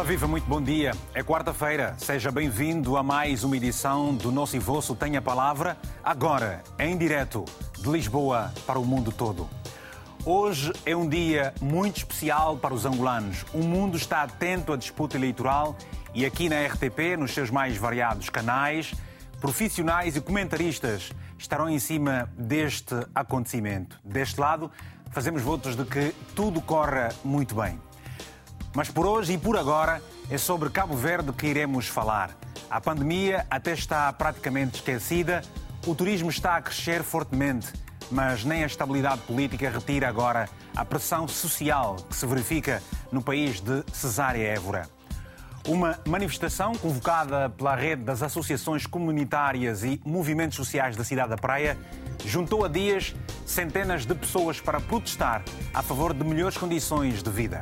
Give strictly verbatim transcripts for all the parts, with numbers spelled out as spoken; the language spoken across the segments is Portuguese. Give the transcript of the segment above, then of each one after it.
Viva, muito bom dia. É quarta-feira. Seja bem-vindo a mais uma edição do nosso e vosso Tem a Palavra, agora em direto de Lisboa para o mundo todo. Hoje é um dia muito especial para os angolanos. O mundo está atento à disputa eleitoral e aqui na R T P, nos seus mais variados canais, profissionais e comentaristas estarão em cima deste acontecimento. Deste lado, fazemos votos de que tudo corra muito bem. Mas por hoje e por agora é sobre Cabo Verde que iremos falar. A pandemia até está praticamente esquecida, o turismo está a crescer fortemente, mas nem a estabilidade política retira agora a pressão social que se verifica no país de Cesária Évora. Uma manifestação convocada pela rede das associações comunitárias e movimentos sociais da cidade da Praia juntou a dias centenas de pessoas para protestar a favor de melhores condições de vida.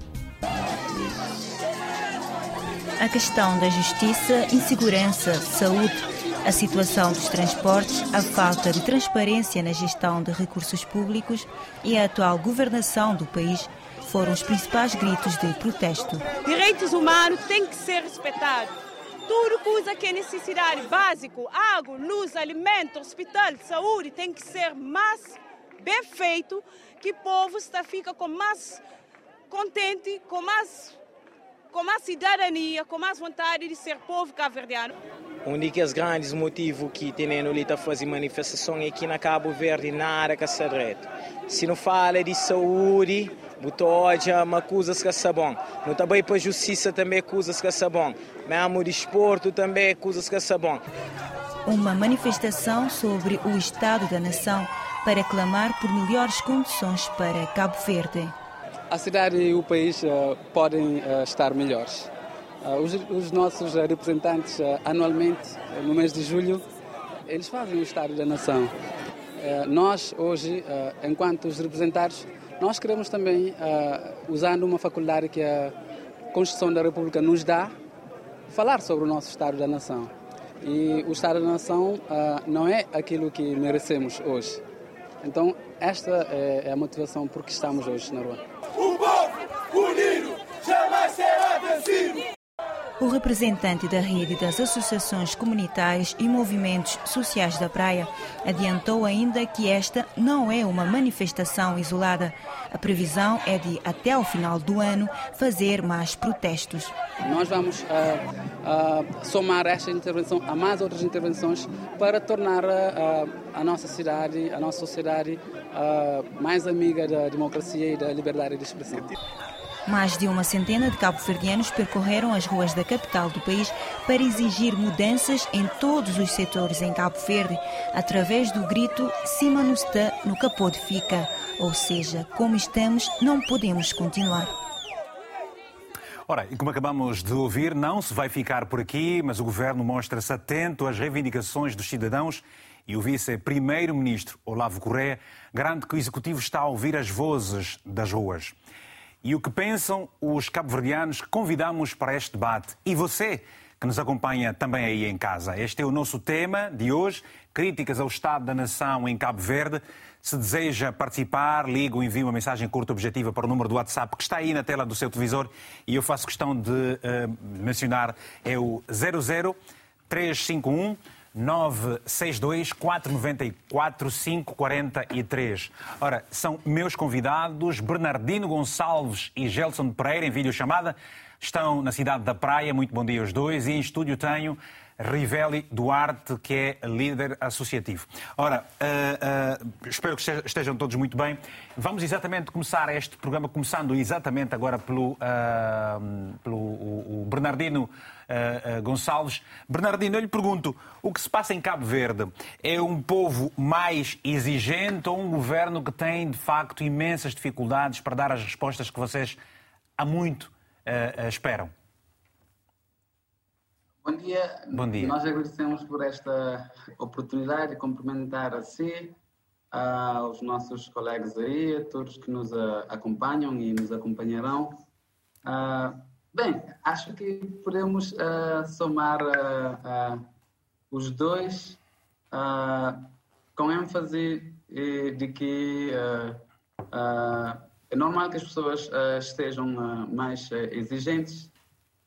A questão da justiça, insegurança, saúde, a situação dos transportes, a falta de transparência na gestão de recursos públicos e a atual governação do país foram os principais gritos de protesto. Direitos humanos têm que ser respeitados. Tudo coisa que é necessidade básico, água, luz, alimento, hospital, saúde, tem que ser mais bem feito, que o povo está, fica com mais contente, com mais, com mais cidadania, com mais vontade de ser povo cabo-verdiano. Um dos grandes motivos que tem ali a fazer manifestação é aqui na Cabo Verde nada que se direito. Se não fala de saúde, botoja, mas coisas que são bom. Não também para a justiça também coisas que são bom. Mesmo desporto também coisas que são bom. Uma manifestação sobre o estado da nação para clamar por melhores condições para Cabo Verde. A cidade e o país uh, podem uh, estar melhores. Uh, os, os nossos uh, representantes, uh, anualmente, uh, no mês de julho, eles fazem o Estado da Nação. Uh, nós, hoje, uh, enquanto os representados, nós queremos também, uh, usando uma faculdade que a Constituição da República nos dá, falar sobre o nosso Estado da Nação. E o Estado da Nação uh, não é aquilo que merecemos hoje. Então, esta é, é a motivação por que estamos hoje na rua. O povo unido jamais será vencido. O representante da rede das associações comunitárias e movimentos sociais da Praia adiantou ainda que esta não é uma manifestação isolada. A previsão é de, até ao final do ano, fazer mais protestos. Nós vamos uh, uh, somar esta intervenção a mais outras intervenções para tornar uh, a nossa cidade, a nossa sociedade uh, mais amiga da democracia e da liberdade de expressão. Mais de uma centena de cabo-verdianos percorreram as ruas da capital do país para exigir mudanças em todos os setores em Cabo Verde, através do grito "Cima não está, no capô de fica", ou seja, como estamos, não podemos continuar. Ora, e como acabamos de ouvir, não se vai ficar por aqui, mas o Governo mostra-se atento às reivindicações dos cidadãos e o vice-primeiro-ministro, Olavo Correa, garante que o Executivo está a ouvir as vozes das ruas. E o que pensam os cabo-verdianos que convidamos para este debate? E você, que nos acompanha também aí em casa. Este é o nosso tema de hoje, críticas ao Estado da Nação em Cabo Verde. Se deseja participar, ligue ou envie uma mensagem curta objetiva para o número do WhatsApp que está aí na tela do seu televisor e eu faço questão de uh, mencionar, é o zero zero três cinco um nove seis dois quatro nove quatro cinco quatro três. Ora, são meus convidados, Bernardino Gonçalves e Gelson Pereira, em videochamada. Estão na cidade da Praia. Muito bom dia aos dois. E em estúdio tenho Rivelli Duarte, que é líder associativo. Ora, uh, uh, espero que estejam todos muito bem. Vamos exatamente começar este programa, começando exatamente agora pelo, uh, pelo o, o Bernardino uh, uh, Gonçalves. Bernardino, eu lhe pergunto, o que se passa em Cabo Verde? É um povo mais exigente ou um governo que tem, de facto, imensas dificuldades para dar as respostas que vocês há muito uh, uh, esperam? Bom dia. Bom dia. Nós agradecemos por esta oportunidade de cumprimentar a si, aos nossos colegas aí, a todos que nos acompanham e nos acompanharão. Bem, acho que podemos somar os dois com ênfase de que é normal que as pessoas estejam mais exigentes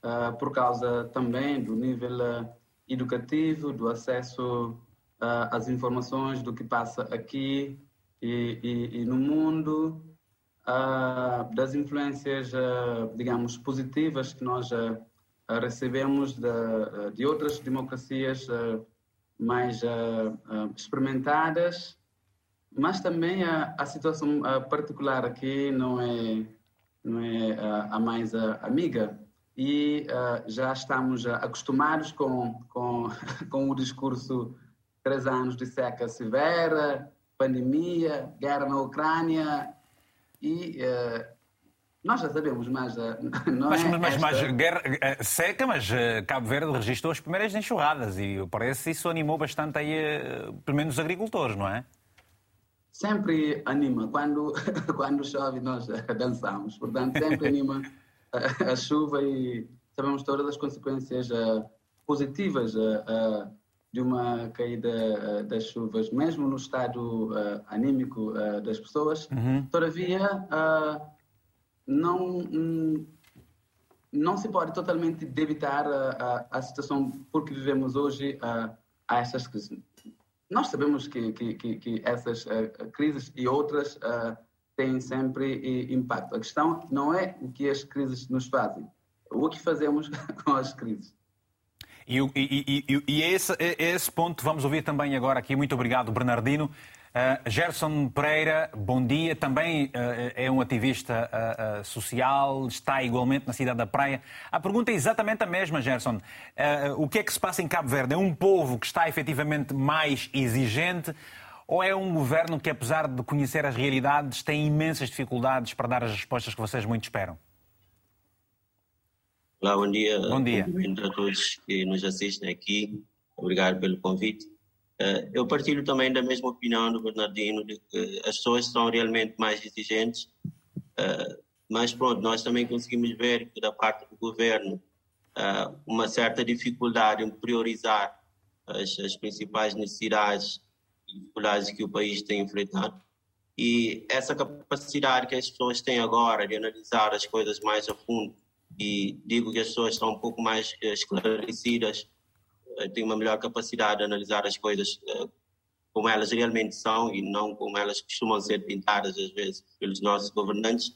uh, por causa também do nível uh, educativo, do acesso uh, às informações do que passa aqui e, e, e no mundo, uh, das influências, uh, digamos, positivas que nós uh, recebemos de, de outras democracias uh, mais uh, uh, experimentadas, mas também a, a situação uh, particular aqui não é, não é uh, a mais uh, amiga. E uh, já estamos uh, acostumados com, com, com o discurso três anos de seca severa, pandemia, guerra na Ucrânia e uh, nós já sabemos, mas uh, não mas, é mas, esta... mas guerra, uh, seca, mas uh, Cabo Verde registrou as primeiras enxurradas e parece que isso animou bastante aí, uh, pelo menos os agricultores, não é? Sempre anima. Quando, quando chove nós dançamos, portanto sempre anima a, a chuva e sabemos todas as consequências uh, positivas uh, uh, de uma caída uh, das chuvas, mesmo no estado uh, anímico uh, das pessoas. Uhum. Todavia, uh, não, um, não se pode totalmente evitar uh, a, a situação por que vivemos hoje uh, a estas crises. Nós sabemos que, que, que, que essas uh, crises e outras uh, têm sempre uh, impacto. A questão não é o que as crises nos fazem, o que fazemos com as crises. E, e, e, e a esse, esse ponto vamos ouvir também agora aqui. Muito obrigado, Bernardino. Uh, Gerson Pereira, bom dia. Também uh, é um ativista uh, uh, social, está igualmente na cidade da Praia. A pergunta é exatamente a mesma, Gerson. Uh, o que é que se passa em Cabo Verde? É um povo que está efetivamente mais exigente ou é um governo que, apesar de conhecer as realidades, tem imensas dificuldades para dar as respostas que vocês muito esperam? Olá, bom dia. Bom dia. Cumprimento a todos que nos assistem aqui. Obrigado pelo convite. Eu partilho também da mesma opinião do Bernardino, de que as pessoas são realmente mais exigentes, mas pronto, nós também conseguimos ver que da parte do governo uma certa dificuldade em priorizar as, as principais necessidades e dificuldades que o país tem enfrentado. E essa capacidade que as pessoas têm agora de analisar as coisas mais a fundo, e digo que as pessoas estão um pouco mais esclarecidas, têm uma melhor capacidade de analisar as coisas como elas realmente são e não como elas costumam ser pintadas às vezes pelos nossos governantes.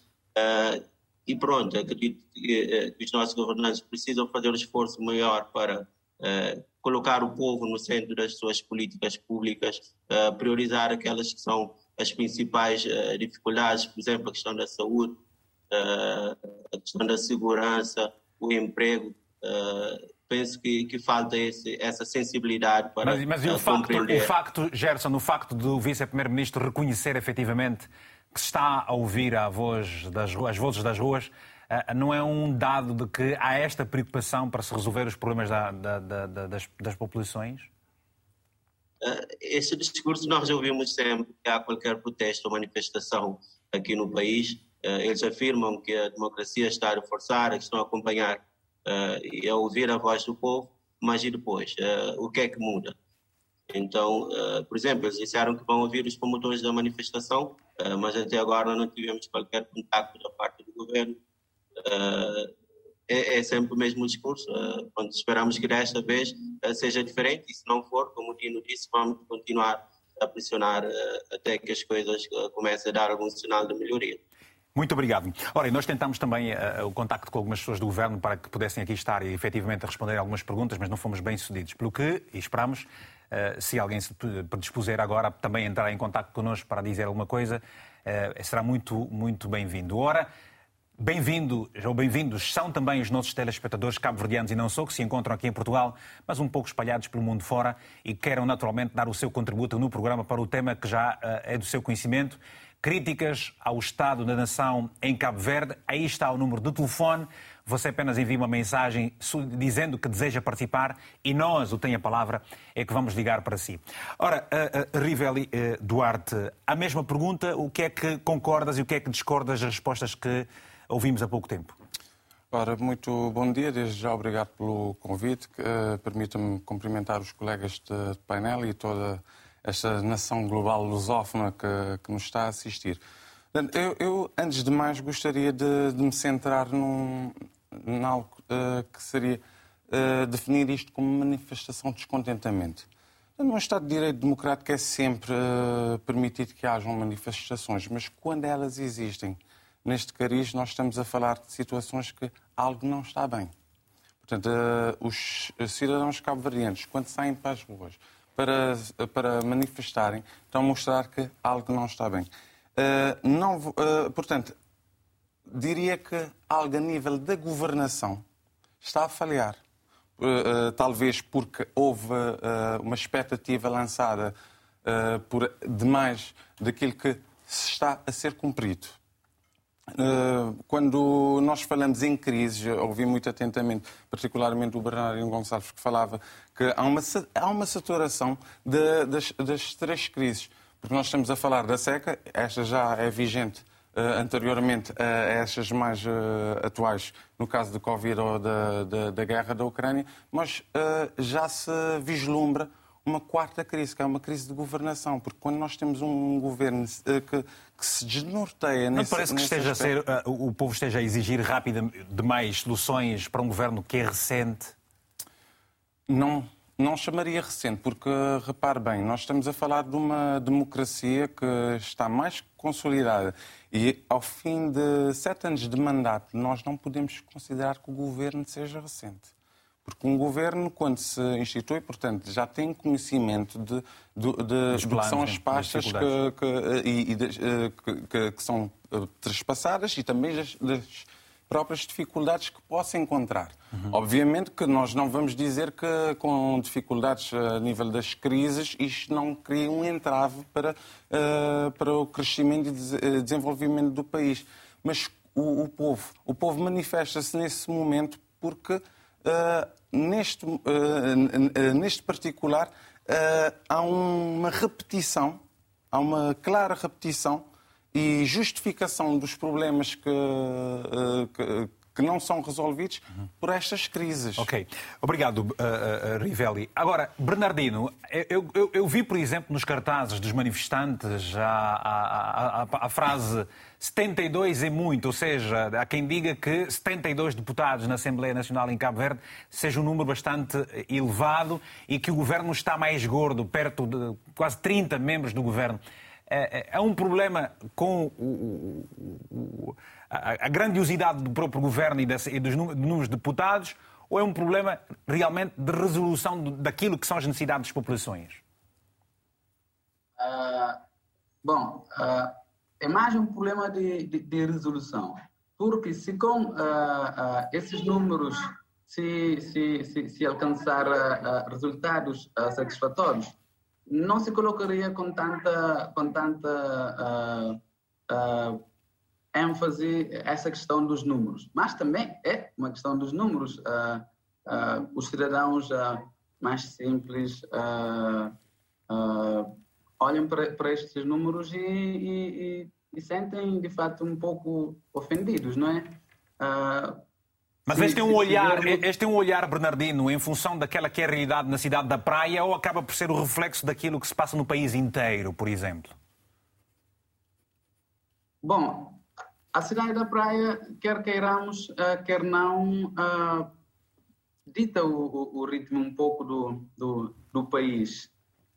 E pronto, acredito que os nossos governantes precisam fazer um esforço maior para colocar o povo no centro das suas políticas públicas, priorizar aquelas que são as principais dificuldades, por exemplo, a questão da saúde, Uh, a questão da segurança, o emprego. Uh, penso que, que falta esse, essa sensibilidade para Mas, mas e o, uh, facto, compreender. o facto, Gerson, o facto do vice-primeiro-ministro reconhecer efetivamente que se está a ouvir a voz das, as vozes das ruas, uh, não é um dado de que há esta preocupação para se resolver os problemas da, da, da, da, das, das populações? Uh, esse discurso nós ouvimos sempre que há qualquer protesto ou manifestação aqui no país. Uh, eles afirmam que a democracia está a reforçar, que estão a acompanhar uh, e a ouvir a voz do povo, mas e depois? Uh, o que é que muda? Então, uh, por exemplo, eles disseram que vão ouvir os promotores da manifestação, uh, mas até agora não tivemos qualquer contacto da parte do governo. Uh, é, é sempre o mesmo discurso. Uh, quando esperamos que desta vez uh, seja diferente, e se não for, como o Dino disse, vamos continuar a pressionar uh, até que as coisas uh, comecem a dar algum sinal de melhoria. Muito obrigado. Ora, e nós tentámos também uh, o contacto com algumas pessoas do Governo para que pudessem aqui estar e efetivamente responder a algumas perguntas, mas não fomos bem sucedidos. Pelo que, e esperamos, uh, se alguém se predispuser agora também a entrar em contacto connosco para dizer alguma coisa, uh, será muito, muito bem-vindo. Ora, bem-vindo, ou bem-vindos são também os nossos telespectadores cabo-verdianos e não só, que se encontram aqui em Portugal, mas um pouco espalhados pelo mundo fora e queiram naturalmente dar o seu contributo no programa para o tema que já uh, é do seu conhecimento. Críticas ao Estado da Nação em Cabo Verde. Aí está o número de telefone. Você apenas envia uma mensagem dizendo que deseja participar e nós, o Tem a Palavra, é que vamos ligar para si. Ora, uh, uh, Rivelli uh, Duarte, a mesma pergunta, o que é que concordas e o que é que discordas das respostas que ouvimos há pouco tempo? Ora, muito bom dia, desde já obrigado pelo convite. Uh, Permita-me cumprimentar os colegas de painel e toda esta nação global lusófona que, que nos está a assistir. Eu, eu, antes de mais, gostaria de, de me centrar num, num algo uh, que seria uh, definir isto como manifestação de descontentamento. Num Estado de Direito Democrático é sempre uh, permitido que hajam manifestações, mas quando elas existem neste cariz, nós estamos a falar de situações que algo não está bem. Portanto, uh, os cidadãos cabo-verdianos, quando saem para as ruas para, para manifestarem, estão a mostrar que algo não está bem. Uh, não, uh, portanto, diria que algo a nível da governação está a falhar. Uh, uh, talvez porque houve uh, uma expectativa lançada uh, por demais daquilo que se está a ser cumprido. Uh, quando nós falamos em crises, ouvi muito atentamente, particularmente o Bernardino Gonçalves, que falava que há uma, há uma saturação de, das, das três crises. Porque nós estamos a falar da seca, esta já é vigente uh, anteriormente a estas mais uh, atuais, no caso do Covid ou da, da, da guerra da Ucrânia, mas uh, já se vislumbra uma quarta crise, que é uma crise de governação, porque quando nós temos um governo uh, que, que se desnorteia... Não nesse, parece que esteja aspecto, a ser, uh, o povo esteja a exigir rapidamente demais soluções para um governo que é recente? Não... Não chamaria recente, porque, repare bem, nós estamos a falar de uma democracia que está mais consolidada e, ao fim de sete anos de mandato, nós não podemos considerar que o governo seja recente. Porque um governo, quando se institui, portanto, já tem conhecimento de, de, de, de que são as pastas que, que, e, e de, que, que, que são trespassadas e também das, das próprias dificuldades que possa encontrar. Uhum. Obviamente que nós não vamos dizer que com dificuldades a nível das crises isto não cria um entrave para, uh, para o crescimento e desenvolvimento do país. Mas o, o povo, o povo manifesta-se nesse momento porque uh, neste, uh, uh, neste particular uh, há uma repetição, há uma clara repetição e justificação dos problemas que, que, que não são resolvidos uhum. por estas crises. Ok. Obrigado, uh, uh, Rivelli. Agora, Bernardino, eu, eu, eu vi, por exemplo, nos cartazes dos manifestantes a, a, a, a frase setenta e dois é muito, ou seja, há quem diga que setenta e dois deputados na Assembleia Nacional em Cabo Verde seja um número bastante elevado e que o governo está mais gordo, perto de quase trinta membros do governo. Há um problema com o, o, a, a grandiosidade do próprio governo e, desse, e dos números de deputados, ou é um problema realmente de resolução daquilo que são as necessidades das populações? Uh, bom, uh, é mais um problema de, de, de resolução, porque se com uh, uh, esses números se, se, se, se alcançar uh, resultados uh, satisfatórios, não se colocaria com tanta, com tanta uh, uh, ênfase essa questão dos números. Mas também é uma questão dos números. Uh, uh, os cidadãos uh, mais simples uh, uh, olham para, para estes números e, e, e, e sentem, de fato, um pouco ofendidos, não é? Uh, Mas este é, um olhar, este é um olhar, Bernardino, em função daquela que é a realidade na cidade da Praia ou acaba por ser o reflexo daquilo que se passa no país inteiro, por exemplo? Bom, a cidade da Praia, quer queiramos, quer não, dita o, o ritmo um pouco do, do, do país.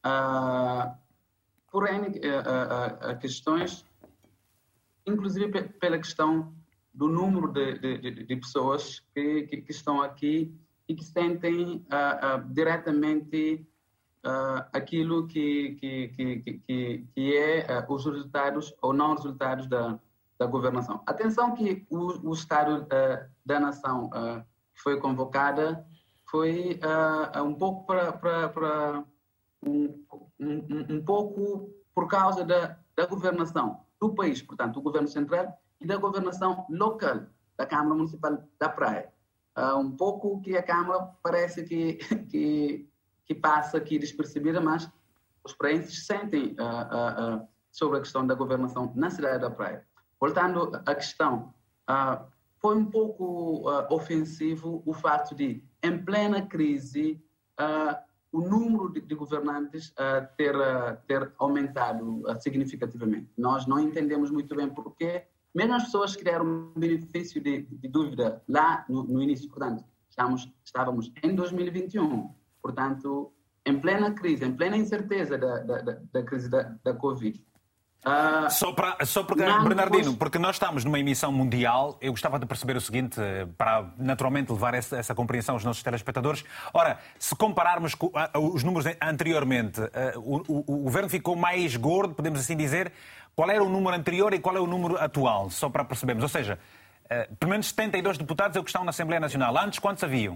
Por N questões, inclusive pela questão do número de, de, de pessoas que, que, que estão aqui e que sentem uh, uh, diretamente uh, aquilo que, que, que, que, que é uh, os resultados ou não resultados da, da governação. Atenção que o, o Estado uh, da Nação uh, que foi convocada foi uh, um pouco para, para, para um, um, um pouco por causa da, da governação do país, portanto, o governo central e da governação local da Câmara Municipal da Praia. Uh, um pouco que a Câmara parece que, que, que passa aqui despercebida, mas os praenses sentem uh, uh, uh, sobre a questão da governação na cidade da Praia. Voltando à questão, uh, foi um pouco uh, ofensivo o fato de, em plena crise, uh, o número de, de governantes uh, ter, uh, ter aumentado uh, significativamente. Nós não entendemos muito bem porquê. mesmo as pessoas criaram um benefício de, de dúvida lá no, no início. Portanto, estamos, estávamos em dois mil e vinte e um, portanto, em plena crise, em plena incerteza da, da, da, da crise da, da Covid. Uh, só para, só porque, não, Bernardino, pois... porque nós estamos numa emissão mundial, eu gostava de perceber o seguinte, para naturalmente levar essa, essa compreensão aos nossos telespectadores. Ora, se compararmos com, uh, os números anteriormente, uh, o, o, o governo ficou mais gordo, podemos assim dizer. Qual era o número anterior e qual é o número atual? Só para percebermos. Ou seja, uh, pelo menos setenta e dois deputados é o que estão na Assembleia Nacional. Antes, quantos haviam?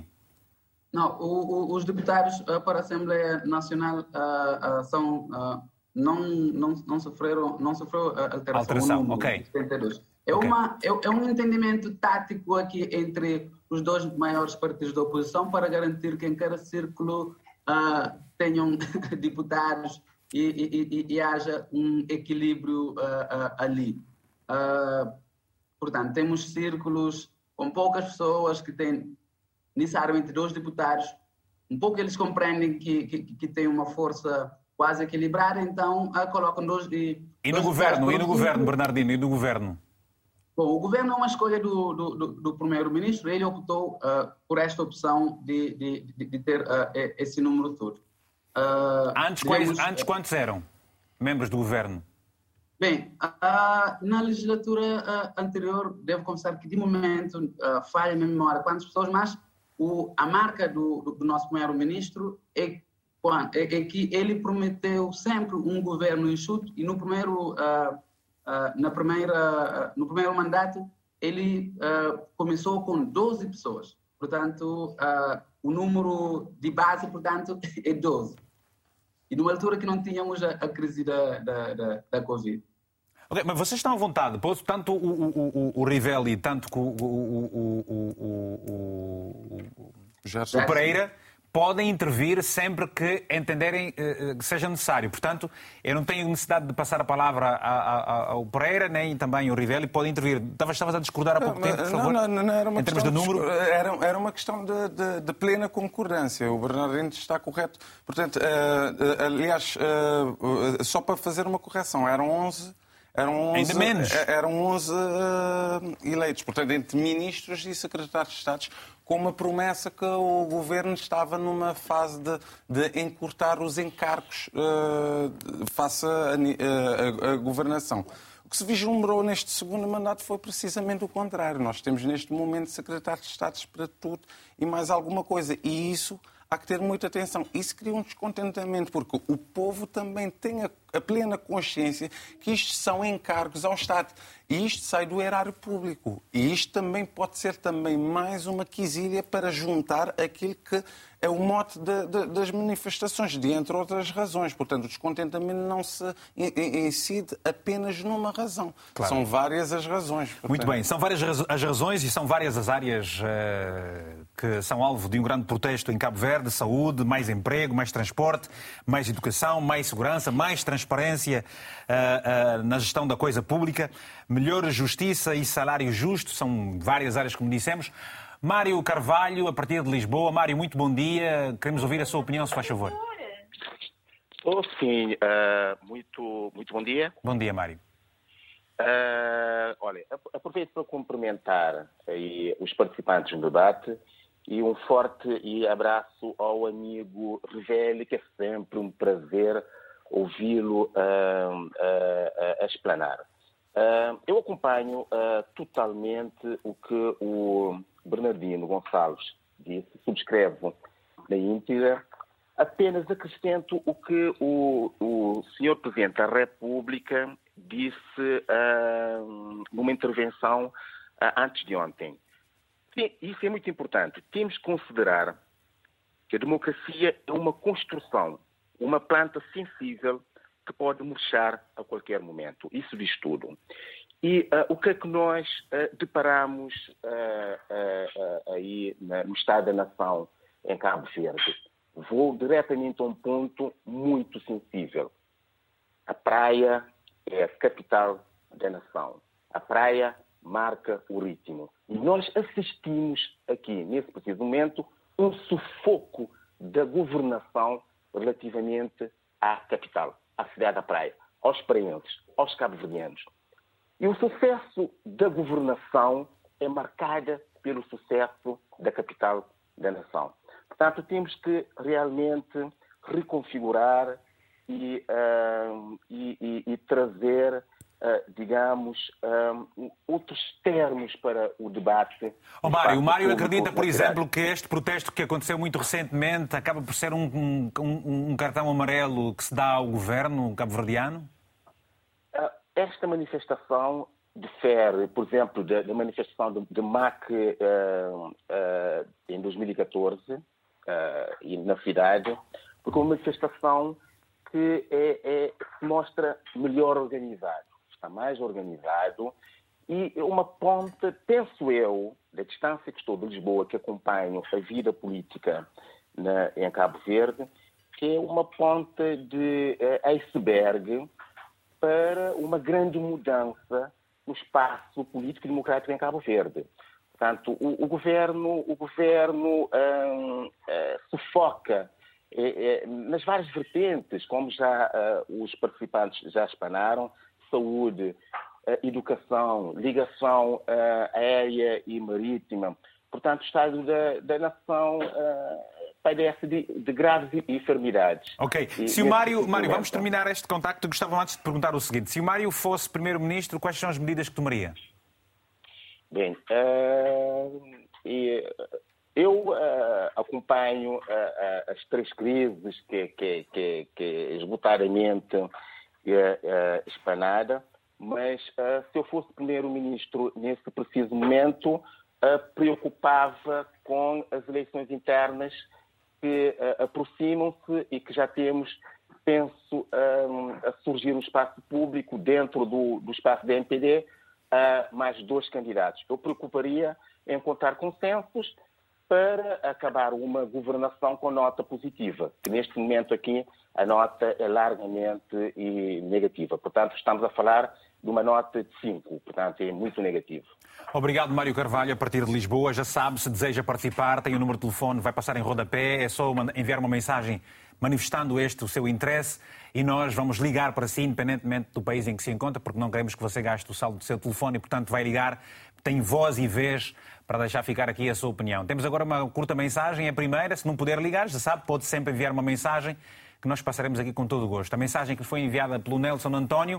Não, o, o, os deputados uh, para a Assembleia Nacional uh, uh, são... Uh, Não, não, não sofreram, não sofreu alteração. alteração. No Ok. setenta e dois. É, okay. Uma, é, é um entendimento tático aqui entre os dois maiores partidos da oposição para garantir que em cada círculo uh, tenham deputados e, e, e, e haja um equilíbrio uh, uh, ali. Uh, portanto, temos círculos com poucas pessoas que têm necessariamente dois deputados. Um pouco eles compreendem que, que, que tem uma força quase equilibrada, então uh, colocam dois de... E no dois governo, e no cinco. governo, Bernardino, e no governo? Bom, o governo é uma escolha do, do, do, do primeiro-ministro, ele optou uh, por esta opção de, de, de, de ter uh, esse número todo. Uh, antes, digamos, quais, antes quantos eram membros do governo? Bem, uh, na legislatura uh, anterior, devo confessar que de momento, uh, falha a minha memória quantas pessoas, mas o, a marca do, do, do nosso primeiro-ministro é É, é que ele prometeu sempre um governo enxuto e no primeiro, uh, uh, na primeira, uh, no primeiro mandato ele uh, começou com doze pessoas. Portanto, uh, o número de base, portanto, é doze. E numa altura que não tínhamos a, a crise da, da, da, da Covid. Ok, mas vocês estão à vontade, pois, tanto o, o, o, o Rivelli, tanto o, o, o, o, o, o, o Pereira... podem intervir sempre que entenderem uh, que seja necessário. Portanto, eu não tenho necessidade de passar a palavra a, a, ao Pereira, nem também ao Rivelli, podem intervir. Estavas, estavas a discordar há pouco não, tempo, por favor? Não, não, não era uma em termos de número? Era, era uma questão de, de, de plena concordância. O Bernardino está correto. Portanto, uh, uh, aliás, uh, uh, só para fazer uma correção, eram onze... Eram onze, ainda menos. Eram onze uh, eleitos, portanto, entre ministros e secretários de Estado, com uma promessa que o governo estava numa fase de, de encurtar os encargos uh, face à uh, governação. O que se vislumbrou neste segundo mandato foi precisamente o contrário. Nós temos neste momento secretários de Estado para tudo e mais alguma coisa. E isso há que ter muita atenção. Isso cria um descontentamento, porque o povo também tem a, a plena consciência que isto são encargos ao Estado. E isto sai do erário público. E isto também pode ser também mais uma quesilha para juntar aquilo que é o mote de, de, das manifestações, de entre outras razões. Portanto, o descontentamento não se incide apenas numa razão. Claro. São várias as razões. Portanto... Muito bem, são várias as razões e são várias as áreas uh, que são alvo de um grande protesto em Cabo Verde. Saúde, mais emprego, mais transporte, mais educação, mais segurança, mais transparência uh, uh, na gestão da coisa pública, melhor justiça e salário justo. São várias áreas, como dissemos. Mário Carvalho, a partir de Lisboa. Mário, muito bom dia. Queremos ouvir a sua opinião, se faz favor. Oh, sim, uh, muito, muito bom dia. Bom dia, Mário. Uh, olha, aproveito para cumprimentar aí os participantes no debate e um forte e abraço ao amigo Rivelli, que é sempre um prazer ouvi-lo uh, uh, uh, a explanar. Uh, eu acompanho uh, totalmente o que o Bernardino Gonçalves disse, subscrevo na íntegra, apenas acrescento o que o, o senhor Presidente da República disse uh, numa intervenção uh, antes de ontem. Sim, isso é muito importante. Temos que considerar que a democracia é uma construção, uma planta sensível que pode murchar a qualquer momento. Isso diz tudo. E uh, o que é que nós uh, deparamos uh, uh, uh, aí na, no Estado da Nação em Cabo Verde? Vou diretamente a um ponto muito sensível. A praia é a capital da nação. A praia marca o ritmo. E nós assistimos aqui, nesse preciso momento, um sufoco da governação relativamente à capital, à cidade da praia, aos praenses, aos cabo-verdianos. E o sucesso da governação é marcado pelo sucesso da capital da nação. Portanto, temos que realmente reconfigurar e, uh, e, e, e trazer, uh, digamos, um, outros termos para o debate. Oh, Mário, o Mário acredita, por exemplo, que este protesto que aconteceu muito recentemente acaba por ser um, um, um, um cartão amarelo que se dá ao governo cabo-verdiano? Uh, esta manifestação difere, por exemplo, da, da manifestação de, de M A C uh, uh, em dois mil e catorze uh, e na cidade, porque é uma manifestação que é, é, se mostra melhor organizado, está mais organizado e uma ponte, penso eu, da distância que estou de Lisboa, que acompanho a vida política na, em Cabo Verde, que é uma ponte de uh, iceberg para uma grande mudança no espaço político e democrático em Cabo Verde. Portanto, o, o governo, o governo hum, uh, sufoca é, é, nas várias vertentes, como já uh, os participantes já expanaram, saúde, uh, educação, ligação uh, aérea e marítima. Portanto, o Estado da, da nação uh, padece de, de graves enfermidades. Ok. E, se o Mário, Mário, vamos terminar este contacto. Gostava antes de perguntar o seguinte. Se o Mário fosse primeiro-ministro, quais são as medidas que tomaria? Bem, uh, e, eu uh, acompanho uh, uh, as três crises que, que, que, que esgotadamente uh, uh, espanada, mas uh, se eu fosse primeiro-ministro nesse preciso momento, uh, preocupava com as eleições internas que uh, aproximam-se e que já temos, penso, um, a surgir no espaço público, dentro do, do espaço da M P D, uh, mais dois candidatos. Eu preocuparia em encontrar consensos para acabar uma governação com nota positiva. Neste momento aqui a nota é largamente negativa. Portanto, estamos a falar de uma nota de cinco. Portanto, é muito negativo. Obrigado, Mário Carvalho, a partir de Lisboa. Já sabe, se deseja participar, tem o número de telefone, vai passar em rodapé. É só enviar uma mensagem manifestando este o seu interesse e nós vamos ligar para si, independentemente do país em que se encontra, porque não queremos que você gaste o saldo do seu telefone e, portanto, vai ligar, tem voz e vez para deixar ficar aqui a sua opinião. Temos agora uma curta mensagem, a primeira. Se não puder ligar, já sabe, pode sempre enviar uma mensagem que nós passaremos aqui com todo o gosto. A mensagem que foi enviada pelo Nelson António,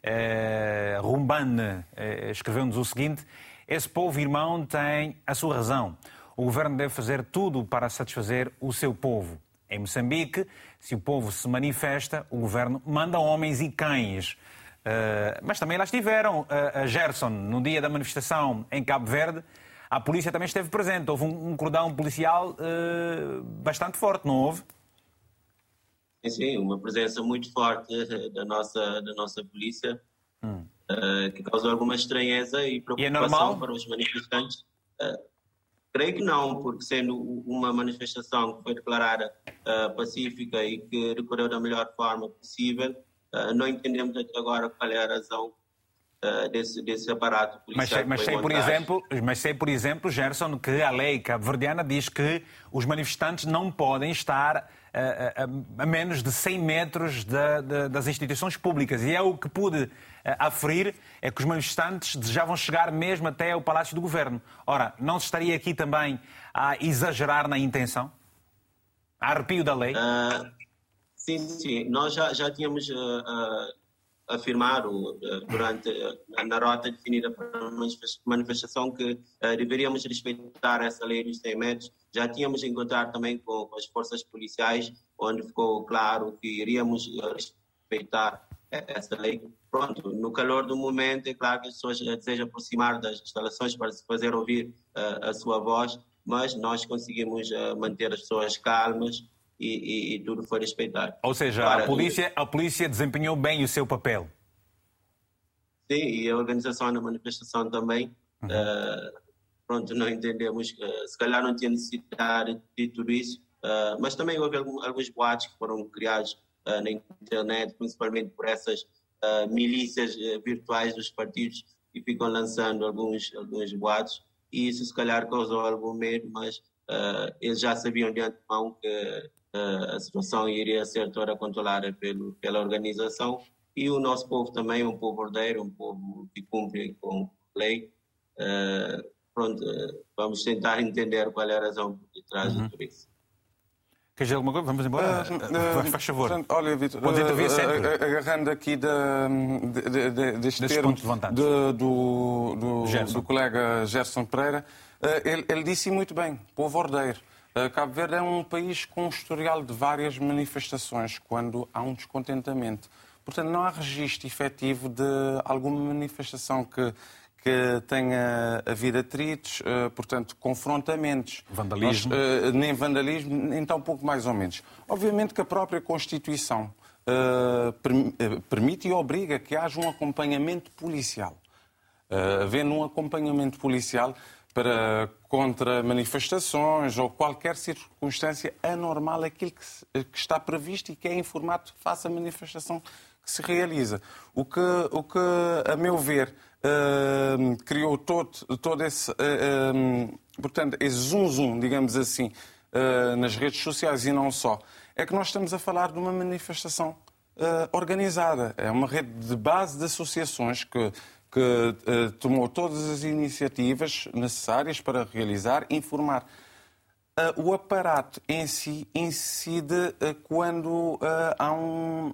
eh, Rumbane, eh, escreveu-nos o seguinte: esse povo irmão tem a sua razão. O governo deve fazer tudo para satisfazer o seu povo. Em Moçambique, se o povo se manifesta, o governo manda homens e cães. Uh, mas também lá estiveram. Uh, a Gerson, no dia da manifestação em Cabo Verde, a polícia também esteve presente. Houve um, um cordão policial uh, bastante forte, não houve? Sim, uma presença muito forte da nossa, da nossa polícia, hum. uh, que causou alguma estranheza e preocupação. E é normal? Para os manifestantes. Uh, creio que não, porque sendo uma manifestação que foi declarada uh, pacífica e que decorreu da melhor forma possível, uh, não entendemos até agora qual é a razão uh, desse, desse aparato policial. Mas, mas, sei, por exemplo, mas sei, por exemplo, Gerson, que a lei cabo-verdiana diz que os manifestantes não podem estar A, a, a menos de cem metros da, da, das instituições públicas. E é o que pude a, aferir, é que os manifestantes desejavam chegar mesmo até o Palácio do Governo. Ora, não se estaria aqui também a exagerar na intenção? A arrepio da lei? Uh, sim, sim. Nós já, já tínhamos uh, uh, afirmado uh, durante uh, na rota definida para a manifestação que uh, deveríamos respeitar essa lei dos cem metros. Já tínhamos encontrado também com, com as forças policiais, onde ficou claro que iríamos uh, respeitar uh, essa lei. Pronto, no calor do momento, é claro que as pessoas uh, desejam aproximar das instalações para se fazer ouvir uh, a sua voz, mas nós conseguimos uh, manter as pessoas calmas e, e, e tudo foi respeitado. Ou seja, Agora, a, polícia, a polícia desempenhou bem o seu papel. Sim, e a organização da manifestação também. Uhum. Uh, pronto, não entendemos, uh, se calhar não tinha necessidade de tudo isso, uh, mas também houve alguns, alguns boatos que foram criados uh, na internet, principalmente por essas uh, milícias uh, virtuais dos partidos que ficam lançando alguns, alguns boatos, e isso se calhar causou algum medo, mas uh, eles já sabiam de antemão que uh, a situação iria ser toda controlada pelo, pela organização e o nosso povo também é um povo ordeiro, um povo que cumpre com a lei. Uh, pronto, uh, vamos tentar entender qual é a razão por detrás uhum. de tudo isso. Quer dizer alguma coisa? Vamos embora? Uh, uh, Faz favor. Portanto, olha, Vitor, uh, uh, agarrando aqui de, de, de, deste Desse termo de, do, do, do colega Gerson Pereira, uh, ele, ele disse muito bem, povo ordeiro. Uh, Cabo Verde é um país com um historial de várias manifestações quando há um descontentamento. Portanto, não há registro efetivo de alguma manifestação que que tenha havido atritos, uh, portanto, confrontamentos. Vandalismo. Nós, uh, nem vandalismo, nem tão pouco mais ou menos. Obviamente que a própria Constituição uh, permite e obriga que haja um acompanhamento policial. Uh, havendo um acompanhamento policial para contra manifestações ou qualquer circunstância anormal, aquilo que, se, que está previsto e que é informado face à manifestação que se realiza. O que, o que a meu ver, Uh, criou todo, todo esse, uh, um, portanto, esse zoom-zoom, digamos assim, uh, nas redes sociais e não só, é que nós estamos a falar de uma manifestação uh, organizada. É uma rede de base de associações que, que uh, tomou todas as iniciativas necessárias para realizar, informar. Uh, o aparato em si incide uh, quando uh, há um...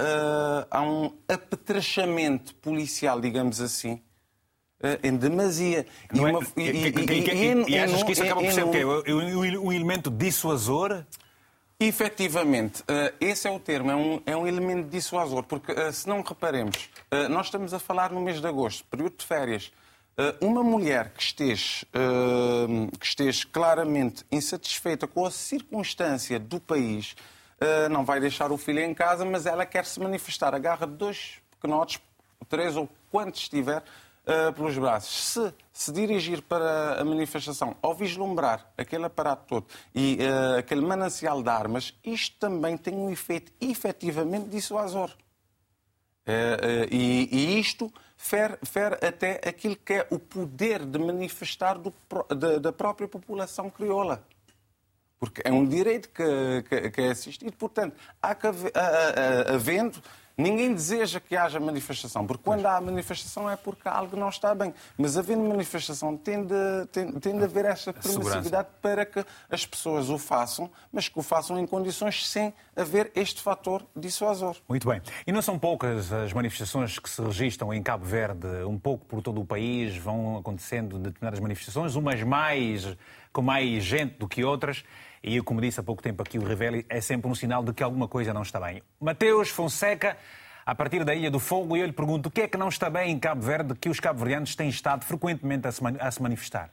Uh, há um apetrechamento policial, digamos assim, uh, em demasia. E, uma, e, e, e, e, e achas que isso acaba por ser o quê? Um elemento dissuasor? Efetivamente, uh, esse é o termo, é um, é um elemento dissuasor, porque uh, se não reparemos, uh, nós estamos a falar no mês de agosto, período de férias. Uh, uma mulher que esteja, uh, que esteja claramente insatisfeita com a circunstância do país, Uh, não vai deixar o filho em casa, mas ela quer se manifestar. Agarra dois pequenotes, três ou quantos estiver, uh, pelos braços. Se se dirigir para a manifestação ao vislumbrar aquele aparato todo e uh, aquele manancial de armas, isto também tem um efeito efetivamente dissuasor. Uh, uh, e, e isto fere, fere até aquilo que é o poder de manifestar do, da, da própria população crioula. Porque é um direito que, que, que é assistido. Portanto, há que, havendo, ninguém deseja que haja manifestação. Porque quando há manifestação é porque algo não está bem. Mas havendo manifestação, tende, tende, tende a haver essa permissividade para que as pessoas o façam, mas que o façam em condições sem haver este fator dissuasor. Muito bem. E não são poucas as manifestações que se registram em Cabo Verde, um pouco por todo o país, vão acontecendo determinadas manifestações, umas mais, com mais gente do que outras. E, como disse há pouco tempo aqui o Rivelli, é sempre um sinal de que alguma coisa não está bem. Mateus Fonseca, a partir da Ilha do Fogo, e eu lhe pergunto o que é que não está bem em Cabo Verde que os cabo-verdianos têm estado frequentemente a se, a se manifestar?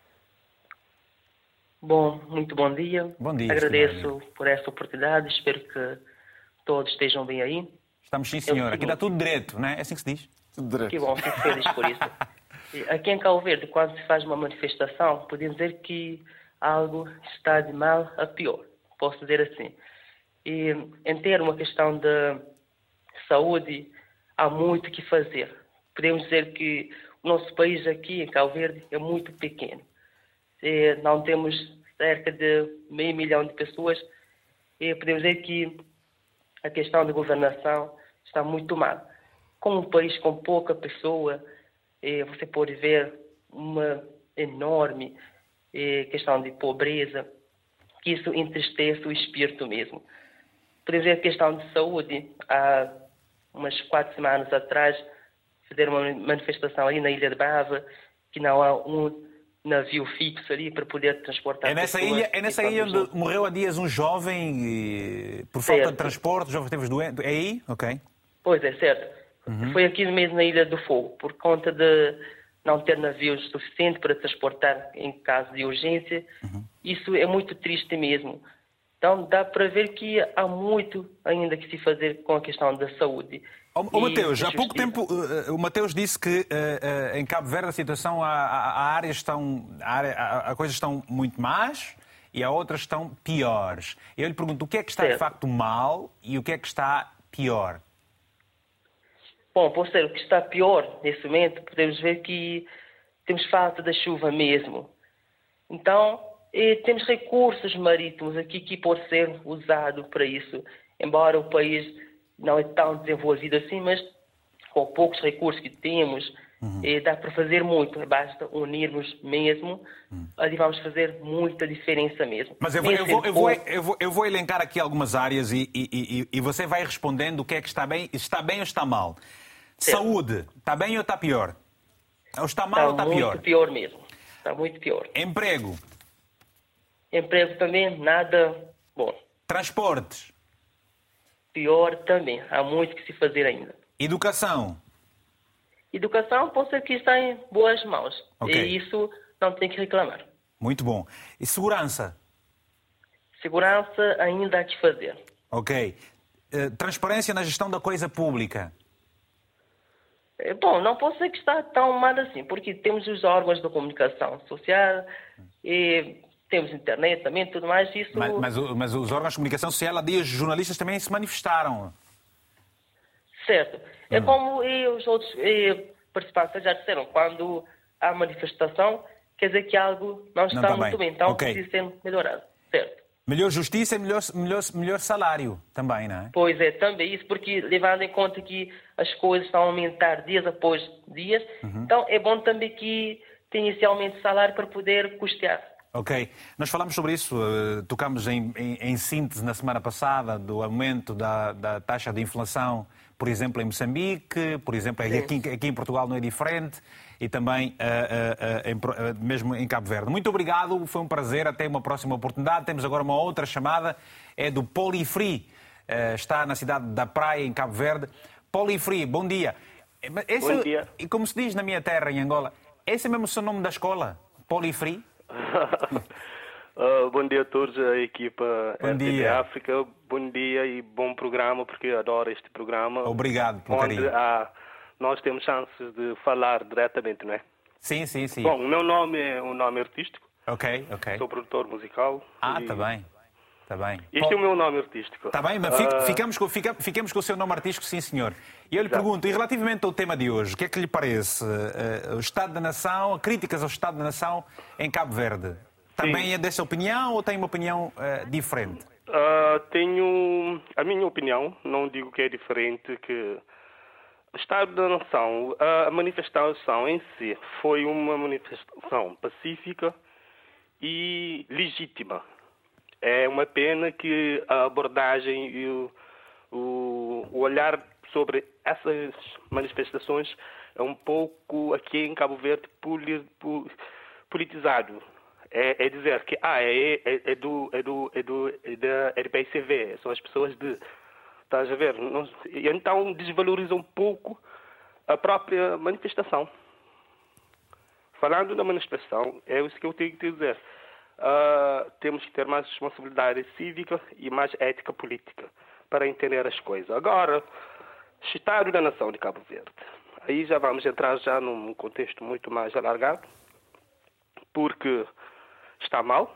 Bom, muito bom dia. Bom dia. Agradeço por esta oportunidade, espero que todos estejam bem aí. Estamos sim, senhor. Aqui está tudo direito, não é? É assim que se diz? Tudo direito. Que bom, fico feliz por isso. Aqui em Cabo Verde, quando se faz uma manifestação, podemos dizer que algo está de mal a pior, posso dizer assim. E em ter uma questão de saúde, há muito o que fazer. Podemos dizer que o nosso país aqui, em Cabo Verde, é muito pequeno. E não temos cerca de meio milhão de pessoas. E podemos dizer que a questão de governação está muito mal. Como um país com pouca pessoa, você pode ver uma enorme questão de pobreza, que isso entristece o espírito mesmo. Por exemplo, a questão de saúde, há umas quatro semanas atrás, fizeram uma manifestação ali na Ilha de Brava, que não há um navio fixo ali para poder transportar é nessa pessoas. Ilha, é nessa ilha onde morreu há dias um jovem e, por falta certo. de transporte, o jovem esteve doente. É aí? Ok. Pois é, certo. Uhum. Foi aqui mesmo na Ilha do Fogo, por conta de não ter navios suficientes para transportar em caso de urgência. Uhum. Isso é muito triste mesmo. Então dá para ver que há muito ainda que se fazer com a questão da saúde. O oh, Mateus, há pouco tempo uh, o Mateus disse que uh, uh, em Cabo Verde a situação, há, há áreas estão, há, há, há coisas estão muito más e há outras estão piores. Eu lhe pergunto o que é que está certo. de facto mal e o que é que está pior? Bom, por ser o que está pior nesse momento, podemos ver que temos falta da chuva mesmo. Então, temos recursos marítimos aqui que podem ser usados para isso. Embora o país não é tão desenvolvido assim, mas com poucos recursos que temos, uhum. eh, dá para fazer muito. Basta unirmos mesmo, uhum. e vamos fazer muita diferença mesmo. Mas eu vou, eu vou, eu vou, eu vou, eu vou elencar aqui algumas áreas e, e, e, e você vai respondendo o que é que está bem, está bem ou está mal. Certo. Saúde, está bem ou está pior? Ou está mal está ou está pior? Está muito pior mesmo. Está muito pior. Emprego? Emprego também, nada bom. Transportes? Pior também. Há muito que se fazer ainda. Educação? Educação, pode ser que está em boas mãos. Okay. E isso não tem que reclamar. Muito bom. E segurança? Segurança ainda há que fazer. Ok. Uh, transparência na gestão da coisa pública? É, bom, não pode ser que está tão mal assim, porque temos os órgãos de comunicação social, e temos internet também, tudo mais. Isso... Mas, mas, mas os órgãos de comunicação social, há dias, os jornalistas também se manifestaram. Certo. É hum. como e os outros e, participantes já disseram, quando há manifestação, quer dizer que algo não está, não está muito bem. bem. Então, okay. precisa ser melhorado. Certo. Melhor justiça e melhor, melhor, melhor salário também, não é? Pois é, também isso, porque levando em conta que as coisas estão a aumentar dias após dias, uhum. então é bom também que tenha esse aumento de salário para poder custear. Ok. Nós falámos sobre isso, uh, tocámos em, em, em síntese na semana passada do aumento da, da taxa de inflação, por exemplo, em Moçambique, por exemplo, aqui, aqui em Portugal não é diferente, e também uh, uh, uh, em, uh, mesmo em Cabo Verde. Muito obrigado, foi um prazer, até uma próxima oportunidade. Temos agora uma outra chamada, é do Polifree, uh, está na cidade da Praia, em Cabo Verde. Polifree, bom dia. Esse, bom dia. E como se diz na minha terra, em Angola, esse é mesmo o seu nome da escola? Polifree? uh, bom dia a todos, a equipa R T P África. Bom dia e bom programa, porque eu adoro este programa. Obrigado pelo onde carinho. há, nós temos chances de falar diretamente, não é? Sim, sim, sim. Bom, o meu nome é um nome artístico. Ok, ok. Sou produtor musical. Ah, e... está bem. Está bem. Este Pol... é o meu nome artístico. Está bem, mas uh... ficamos, com, fica, ficamos com o seu nome artístico, sim, senhor. E eu lhe Exato. pergunto, e relativamente ao tema de hoje, o que é que lhe parece uh, o Estado da Nação, críticas ao Estado da Nação em Cabo Verde? Também sim. é dessa opinião ou tem uma opinião uh, diferente? Uh, tenho a minha opinião, não digo que é diferente, que o Estado da Nação, a manifestação em si foi uma manifestação pacífica e legítima. É uma pena que a abordagem e o, o, o olhar sobre essas manifestações é um pouco, aqui em Cabo Verde, politizado. É, é dizer que ah, é, é, é, do, é, do, é, do, é da R P C V, são as pessoas de... Estás a ver? Não, então desvaloriza um pouco a própria manifestação. Falando da manifestação, é isso que eu tenho que dizer. Uh, temos que ter mais responsabilidade cívica e mais ética política para entender as coisas. Agora, Estado da Nação de Cabo Verde. Aí já vamos entrar já num contexto muito mais alargado, porque está mal,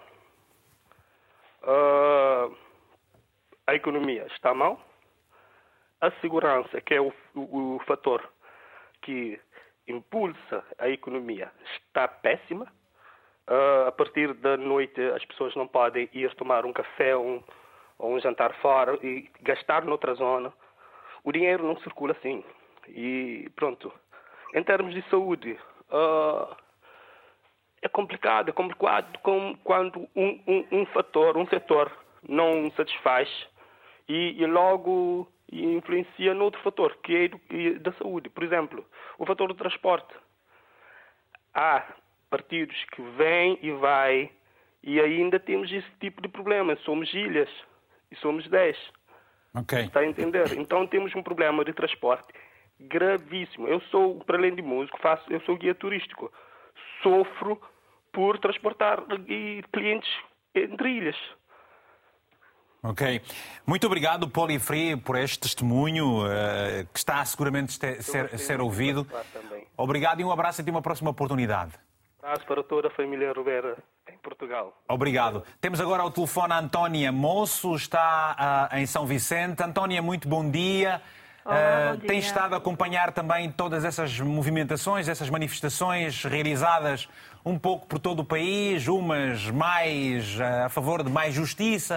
uh, a economia está mal, a segurança, que é o, o, o fator que impulsa a economia, está péssima. Uh, a partir da noite as pessoas não podem ir tomar um café ou um, ou um jantar fora e gastar noutra zona. O dinheiro não circula assim. E pronto. Em termos de saúde, uh, é complicado, é complicado com, quando um, um, um fator, um setor não satisfaz e, e logo influencia no outro fator, que é do, da saúde. Por exemplo, o fator do transporte. Há partidos que vêm e vai e ainda temos esse tipo de problema. Somos ilhas e somos dez. Okay. Está a entender? Então temos um problema de transporte gravíssimo. Eu sou, para além de músico, faço, eu sou guia turístico. Sofro por transportar clientes entre ilhas. Ok. Muito obrigado, Polifree, por este testemunho uh, que está seguramente a ser, ser ouvido. Obrigado e um abraço e até uma próxima oportunidade. Um abraço para toda a família Rivera em Portugal. Obrigado. Temos agora ao telefone a Antónia Moço, está uh, em São Vicente. Antónia, muito bom dia. Olá, uh, bom tem dia. estado a acompanhar também todas essas movimentações, essas manifestações realizadas um pouco por todo o país, umas mais uh, a favor de mais justiça,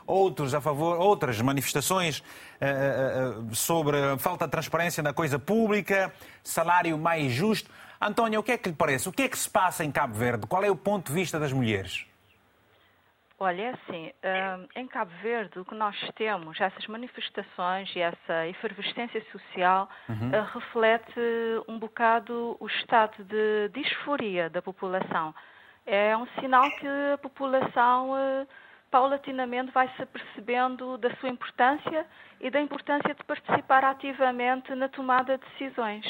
outros a favor, outras manifestações uh, uh, sobre a falta de transparência na coisa pública, salário mais justo. António, o que é que lhe parece? O que é que se passa em Cabo Verde? Qual é o ponto de vista das mulheres? Olha, é assim, em Cabo Verde o que nós temos, essas manifestações e essa efervescência social uhum. reflete um bocado o estado de disforia da população. É um sinal que a população paulatinamente vai se apercebendo da sua importância e da importância de participar ativamente na tomada de decisões.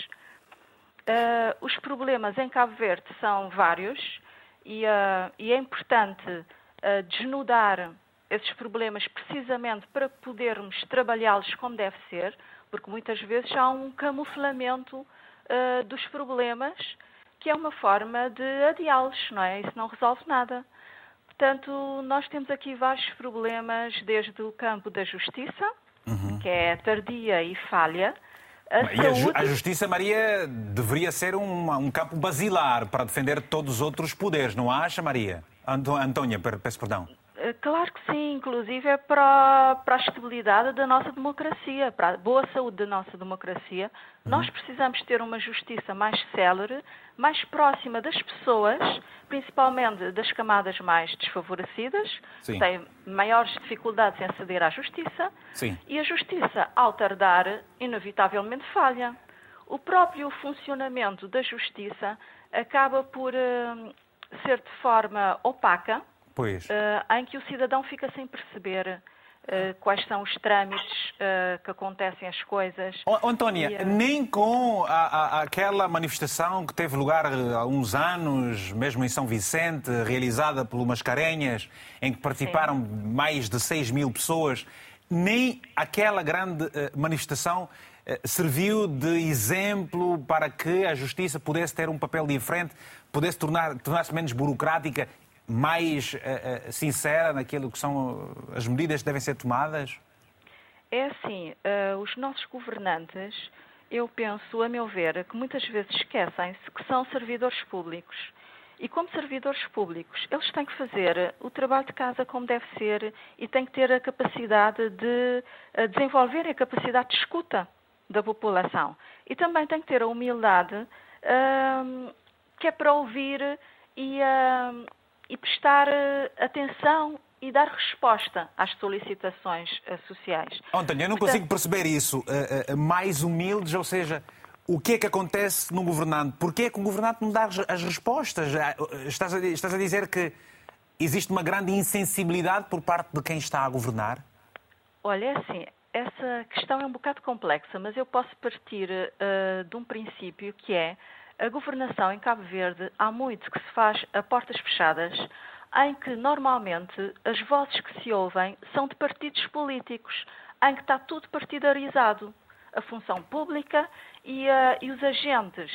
Os problemas em Cabo Verde são vários e, e é importante desnudar esses problemas precisamente para podermos trabalhá-los como deve ser, porque muitas vezes há um camuflamento uh, dos problemas, que é uma forma de adiá-los, não é? Isso não resolve nada. Portanto, nós temos aqui vários problemas, desde o campo da justiça, uhum. que é tardia e falha. A, e a, ju a Justiça, Maria, deveria ser um, um campo basilar para defender todos os outros poderes, não acha, Maria? Antónia, peço perdão. Claro que sim, inclusive é para, para a estabilidade da nossa democracia, para a boa saúde da nossa democracia. Uhum. Nós precisamos ter uma justiça mais célere, mais próxima das pessoas, principalmente das camadas mais desfavorecidas, sim. que têm maiores dificuldades em aceder à justiça. Sim. E a justiça, ao tardar, inevitavelmente falha. O próprio funcionamento da justiça acaba por uh, ser de forma opaca, Pois. Uh, em que o cidadão fica sem perceber uh, quais são os trâmites uh, que acontecem as coisas. Oh, Antónia, e, uh... nem com a, a, aquela manifestação que teve lugar há uns anos, mesmo em São Vicente, realizada pelo Mascarenhas, em que participaram Sim. mais de seis mil pessoas, nem aquela grande uh, manifestação uh, serviu de exemplo para que a justiça pudesse ter um papel diferente, pudesse tornar, tornar-se menos burocrática, mais uh, uh, sincera naquilo que são as medidas que devem ser tomadas? É assim, uh, os nossos governantes, eu penso, a meu ver, que muitas vezes esquecem-se que são servidores públicos. E como servidores públicos, eles têm que fazer o trabalho de casa como deve ser e têm que ter a capacidade de uh, desenvolver a capacidade de escuta da população. E também têm que ter a humildade uh, que é para ouvir e... Uh, e prestar atenção e dar resposta às solicitações sociais. António, eu não Portanto... consigo perceber isso. Uh, uh, mais humildes, ou seja, o que é que acontece no governante? Porquê é que o governante não dá as respostas? Estás a, estás a dizer que existe uma grande insensibilidade por parte de quem está a governar? Olha, é assim, essa questão é um bocado complexa, mas eu posso partir uh, de um princípio que é a governação em Cabo Verde há muito que se faz a portas fechadas, em que normalmente as vozes que se ouvem são de partidos políticos, em que está tudo partidarizado. A função pública e, uh, e os agentes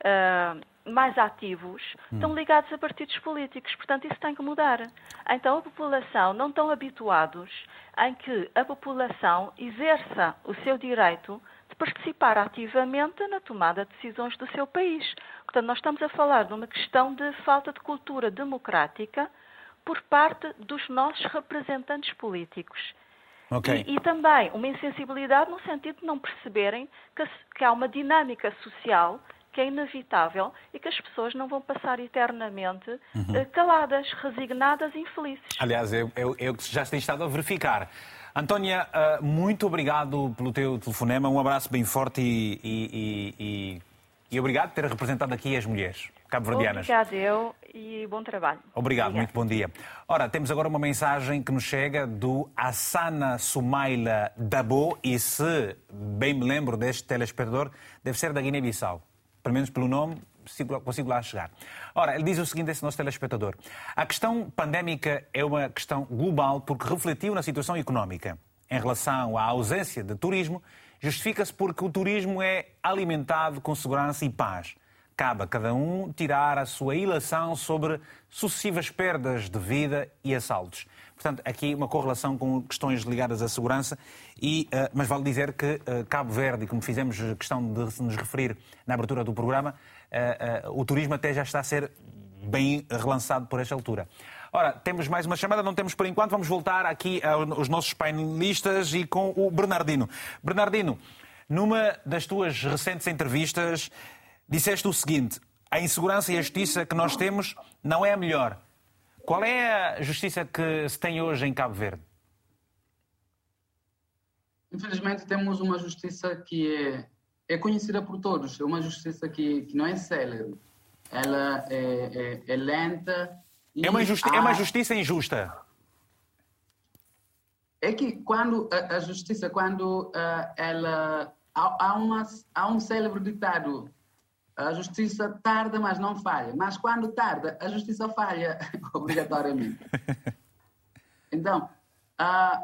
uh, mais ativos hum. estão ligados a partidos políticos. Portanto, isso tem que mudar. Então, a população não estão habituados em que a população exerça o seu direito de participar ativamente na tomada de decisões do seu país. Portanto, nós estamos a falar de uma questão de falta de cultura democrática por parte dos nossos representantes políticos. Okay. E, e também uma insensibilidade no sentido de não perceberem que, que há uma dinâmica social que é inevitável e que as pessoas não vão passar eternamente uhum. caladas, resignadas e infelizes. Aliás, eu, eu, eu já tenho estado a verificar. Antónia, muito obrigado pelo teu telefonema, um abraço bem forte e, e, e, e obrigado por ter representado aqui as mulheres cabo-verdianas. Obrigado eu e bom trabalho. Obrigado, Obrigado, muito bom dia. Ora, temos agora uma mensagem que nos chega do Hassana Soumaila Dabo e, se bem me lembro deste telespectador, deve ser da Guiné-Bissau. Pelo menos pelo nome, consigo lá chegar. Ora, ele diz o seguinte, esse nosso telespectador. A questão pandémica é uma questão global porque refletiu na situação económica. Em relação à ausência de turismo, justifica-se porque o turismo é alimentado com segurança e paz. Cabe a cada um tirar a sua ilação sobre sucessivas perdas de vida e assaltos. Portanto, aqui uma correlação com questões ligadas à segurança, e, uh, mas vale dizer que uh, Cabo Verde, como fizemos questão de nos referir na abertura do programa, uh, uh, o turismo até já está a ser bem relançado por esta altura. Ora, temos mais uma chamada, não temos por enquanto. Vamos voltar aqui aos nossos painelistas e com o Bernardino. Bernardino, numa das tuas recentes entrevistas, disseste o seguinte: a insegurança e a justiça que nós temos não é a melhor. Qual é a justiça que se tem hoje em Cabo Verde? Infelizmente temos uma justiça que é, é conhecida por todos. É uma justiça que, que não é célere. Ela é, é, é lenta. E é, uma justi- há... é uma justiça injusta. É que quando a, a justiça, quando uh, ela... Há, há, uma, há um célebre ditado: a justiça tarda, mas não falha. Mas quando tarda, a justiça falha obrigatoriamente. Então, uh,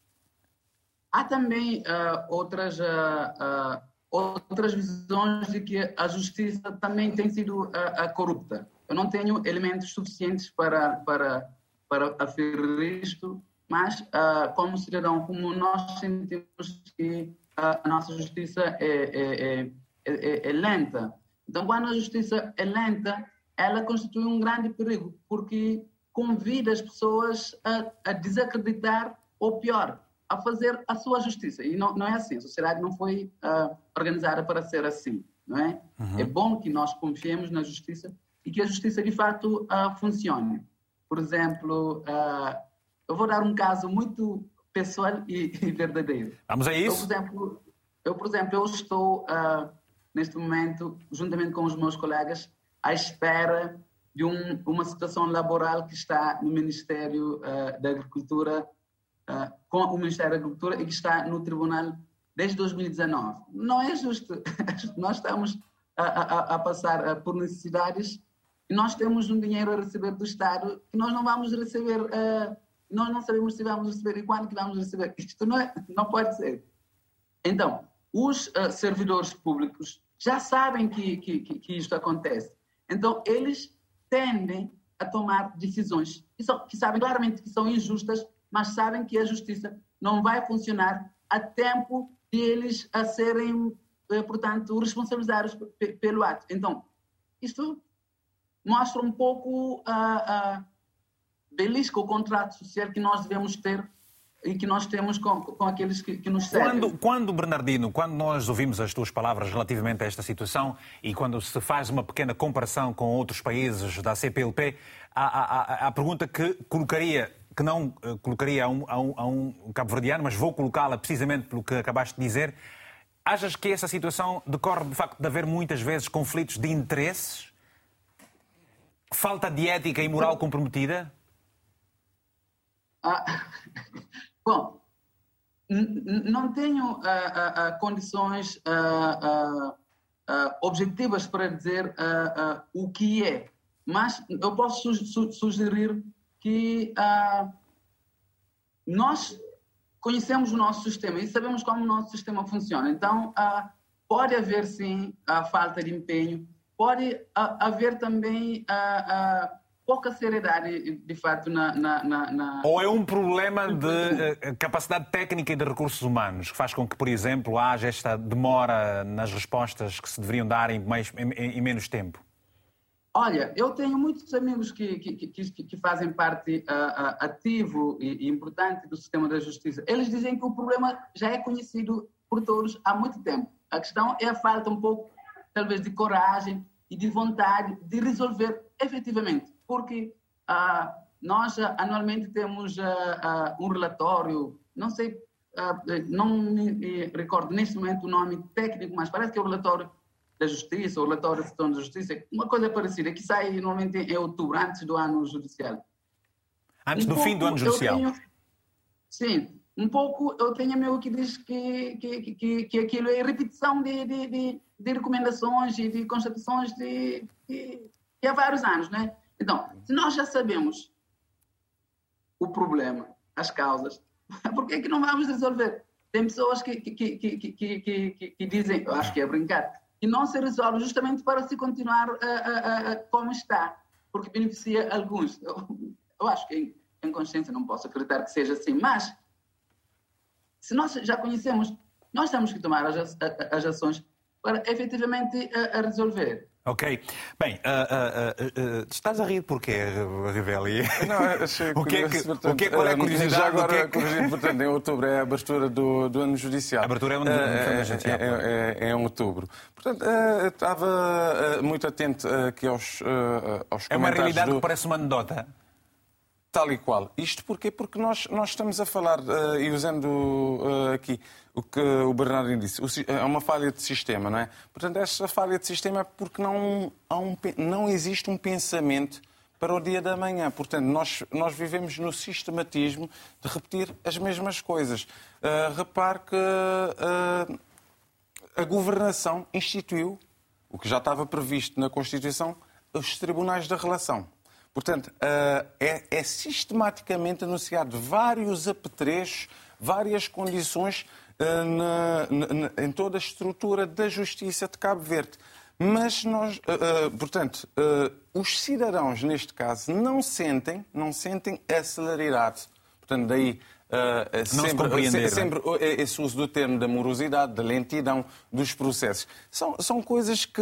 há também uh, outras, uh, uh, outras visões de que a justiça também tem sido uh, uh, corrupta. Eu não tenho elementos suficientes para, para, para afirmar isto, mas uh, como cidadão, como nós sentimos que uh, a nossa justiça é, é, é, é, é lenta. Então, quando a justiça é lenta, ela constitui um grande perigo, porque convida as pessoas a, a desacreditar, ou pior, a fazer a sua justiça. E não, não é assim. A sociedade não foi uh, organizada para ser assim, não é? Uhum. É bom que nós confiemos na justiça e que a justiça, de fato, uh, funcione. Por exemplo, uh, eu vou dar um caso muito pessoal e, e verdadeiro. Vamos a isso? Eu, por exemplo, eu, por exemplo, eu estou, uh, neste momento, juntamente com os meus colegas, à espera de um, uma situação laboral que está no Ministério uh, da Agricultura, Uh, com o Ministério da Agricultura, e que está no Tribunal desde dois mil e dezanove. Não é justo. Nós estamos a, a, a passar uh, por necessidades e nós temos um dinheiro a receber do Estado que nós não vamos receber, uh, nós não sabemos se vamos receber e quando que vamos receber. Isto não, é, não pode ser. Então, os uh, servidores públicos já sabem que, que, que, que isto acontece. Então, eles tendem a tomar decisões que, são, que sabem claramente que são injustas, mas sabem que a justiça não vai funcionar a tempo de eles a serem, portanto, responsabilizados pelo ato. Então, isto mostra um pouco a, a belisca o contrato social que nós devemos ter e que nós temos com, com aqueles que, que nos servem. Quando, quando, Bernardino, quando nós ouvimos as tuas palavras relativamente a esta situação e quando se faz uma pequena comparação com outros países da C P L P, a, a, a pergunta que colocaria... que não uh, colocaria a um, a, um, a um cabo-verdiano, mas vou colocá-la precisamente pelo que acabaste de dizer. Achas que essa situação decorre do facto de haver muitas vezes conflitos de interesses? Falta de ética e moral comprometida? Ah, bom, não tenho uh, uh, uh, condições uh, uh, uh, objetivas para dizer uh, uh, o que é, mas eu posso su- su- sugerir que uh, nós conhecemos o nosso sistema e sabemos como o nosso sistema funciona. Então, uh, pode haver, sim, a falta de empenho, pode uh, haver também uh, uh, pouca seriedade, de fato, na, na, na, na... Ou é um problema de uh, capacidade técnica e de recursos humanos, que faz com que, por exemplo, haja esta demora nas respostas que se deveriam dar em, mais, em, em menos tempo? Olha, eu tenho muitos amigos que, que, que, que fazem parte uh, uh, ativo e, e importante do sistema da justiça. Eles dizem que o problema já é conhecido por todos há muito tempo. A questão é a falta um pouco, talvez, de coragem e de vontade de resolver efetivamente. Porque uh, nós uh, anualmente temos uh, uh, um relatório, não sei, uh, não me recordo neste momento o nome técnico, mas parece que é o relatório da Justiça, o relatório da Seção da Justiça, uma coisa parecida, que sai normalmente em outubro, antes do ano judicial. Antes um do pouco, fim do ano judicial? Tenho, sim, um pouco eu tenho amigo que diz que, que, que, que aquilo é repetição de, de, de, de recomendações e de constatações de, de, de há vários anos, né? Então, se nós já sabemos o problema, as causas, por que é que não vamos resolver? Tem pessoas que, que, que, que, que, que, que dizem, eu acho que é brincar, e não se resolve justamente para se continuar uh, uh, uh, como está, porque beneficia alguns. Eu, eu acho que em, em consciência não posso acreditar que seja assim, mas se nós já conhecemos, nós temos que tomar as, as ações para efetivamente uh, resolver. Ok. Bem, uh, uh, uh, uh, estás a rir porquê, Rivelli? Não, achei o que é que, portanto, o que é, qual é a curiosidade? Já agora, que é que... corrigindo, portanto, em outubro é a abertura do, do ano judicial. A abertura é ano uh, judicial. É, é, é, é em outubro. Portanto, uh, estava uh, muito atento uh, aqui aos, uh, aos comentários. É uma realidade do... que parece uma anedota. Tal e qual. Isto porquê? Porque nós, nós estamos a falar, uh, e usando uh, aqui o que o Bernardino disse, o, é uma falha de sistema, não é? Portanto, esta falha de sistema é porque não, há um, não existe um pensamento para o dia da manhã. Portanto, nós, nós vivemos no sistematismo de repetir as mesmas coisas. Uh, repare que uh, a governação instituiu, o que já estava previsto na Constituição, os tribunais da relação. Portanto, é, é sistematicamente anunciado vários apetrechos, várias condições na, na, em toda a estrutura da justiça de Cabo Verde. Mas nós, portanto, os cidadãos, neste caso, não sentem, não sentem a celeridade. Portanto, daí não sempre, se sempre esse uso do termo da morosidade, da lentidão dos processos. São, são coisas que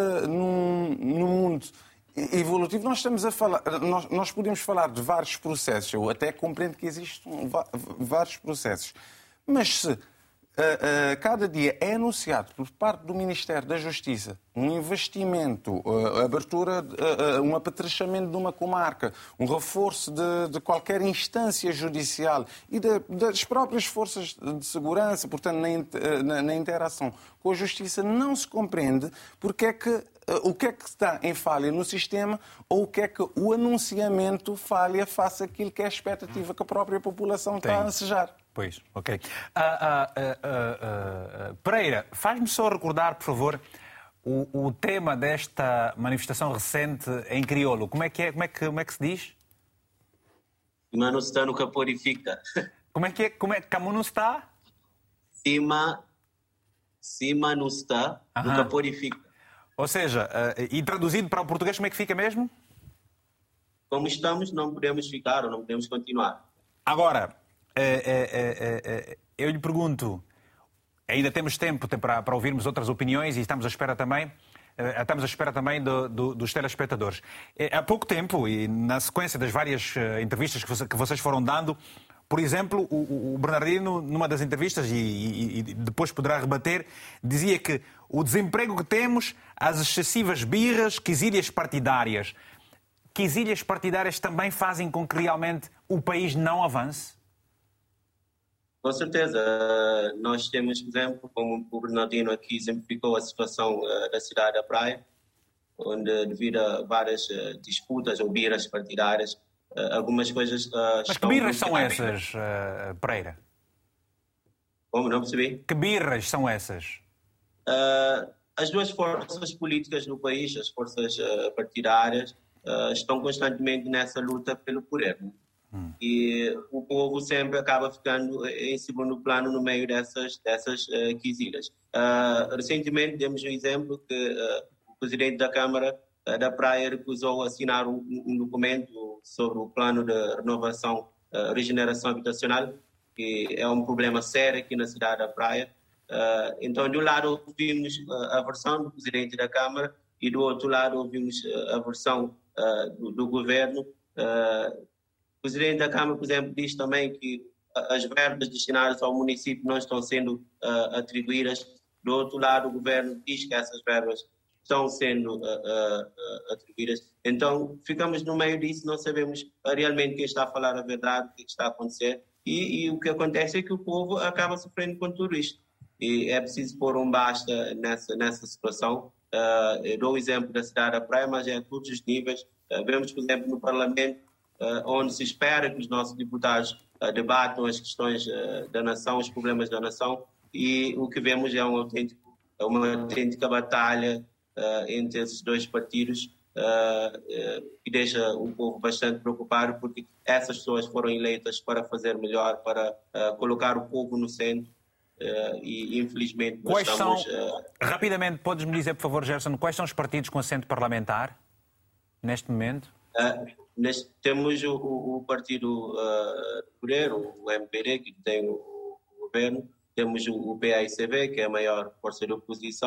no, no mundo evolutivo nós estamos a falar, nós, nós podemos falar de vários processos, eu até compreendo que existem vários processos, mas se uh, uh, cada dia é anunciado por parte do Ministério da Justiça um investimento, uh, abertura, uh, uh, um apetrechamento de uma comarca, um reforço de, de qualquer instância judicial e de, das próprias forças de segurança, portanto, na, na, na interação com a Justiça, não se compreende porque é que o que é que está em falha no sistema ou o que é que o anunciamento falha face àquilo que é a expectativa que a própria população Tem. está a ansejar. Pois, ok. Uh, uh, uh, uh, uh, Pereira, faz-me só recordar, por favor, o, o tema desta manifestação recente em crioulo. Como é que, é, como é que, como é que se diz? Cima não está no caporifica. Como é que é? Como é que não está? Cima, cima não está no caporifica. Ou seja, uh, e traduzido para o português, como é que fica mesmo? Como estamos, não podemos ficar ou não podemos continuar. Agora, uh, uh, uh, uh, eu lhe pergunto, ainda temos tempo para, para ouvirmos outras opiniões e estamos à espera também, uh, estamos à espera também do, do, dos telespectadores. Uh, há pouco tempo, e na sequência das várias uh, entrevistas que, você, que vocês foram dando, por exemplo, o, o Bernardino, numa das entrevistas, e, e, e depois poderá rebater, dizia que o desemprego que temos, as excessivas birras, quesilhas partidárias. Quesilhas partidárias também fazem com que realmente o país não avance? Com certeza. Nós temos, por exemplo, como o Bernardino aqui exemplificou a situação da cidade da Praia, onde devido a várias disputas ou birras partidárias, algumas coisas uh, Mas que birras são essas, uh, Pereira? Como? Não percebi? Que birras são essas? Uh, as duas forças políticas no país, as forças uh, partidárias, uh, estão constantemente nessa luta pelo poder. Hum. E o povo sempre acaba ficando em segundo plano no meio dessas, dessas uh, quesilhas. Uh, recentemente demos um exemplo que uh, o presidente da Câmara da Praia recusou assinar um, um documento sobre o plano de renovação e uh, regeneração habitacional, que é um problema sério aqui na cidade da Praia. Uh, então, de um lado, ouvimos uh, a versão do presidente da Câmara e, do outro lado, ouvimos uh, a versão uh, do, do governo. Uh, o presidente da Câmara, por exemplo, diz também que as verbas destinadas ao município não estão sendo uh, atribuídas. Do outro lado, o governo diz que essas verbas estão sendo uh, uh, atribuídas. Então, ficamos no meio disso, não sabemos realmente quem está a falar a verdade, o que está a acontecer. E, e o que acontece é que o povo acaba sofrendo com tudo isto. E é preciso pôr um basta nessa, nessa situação. Uh, eu dou o exemplo da cidade da Praia, mas é a todos os níveis. Uh, vemos, por exemplo, no Parlamento, uh, onde se espera que os nossos deputados uh, debatam as questões uh, da nação, os problemas da nação, e o que vemos é um autêntico, uma autêntica batalha Uh, entre esses dois partidos uh, uh, que deixa o povo bastante preocupado, porque essas pessoas foram eleitas para fazer melhor, para uh, colocar o povo no centro uh, e infelizmente nós quais estamos... São, uh... rapidamente, podes-me dizer, por favor, Gerson, quais são os partidos com assento parlamentar neste momento? Uh, neste, temos o, o, o partido uh, Poder, o M P D, que tem o, o governo, temos o, o P A I C V, que é a maior força de oposição.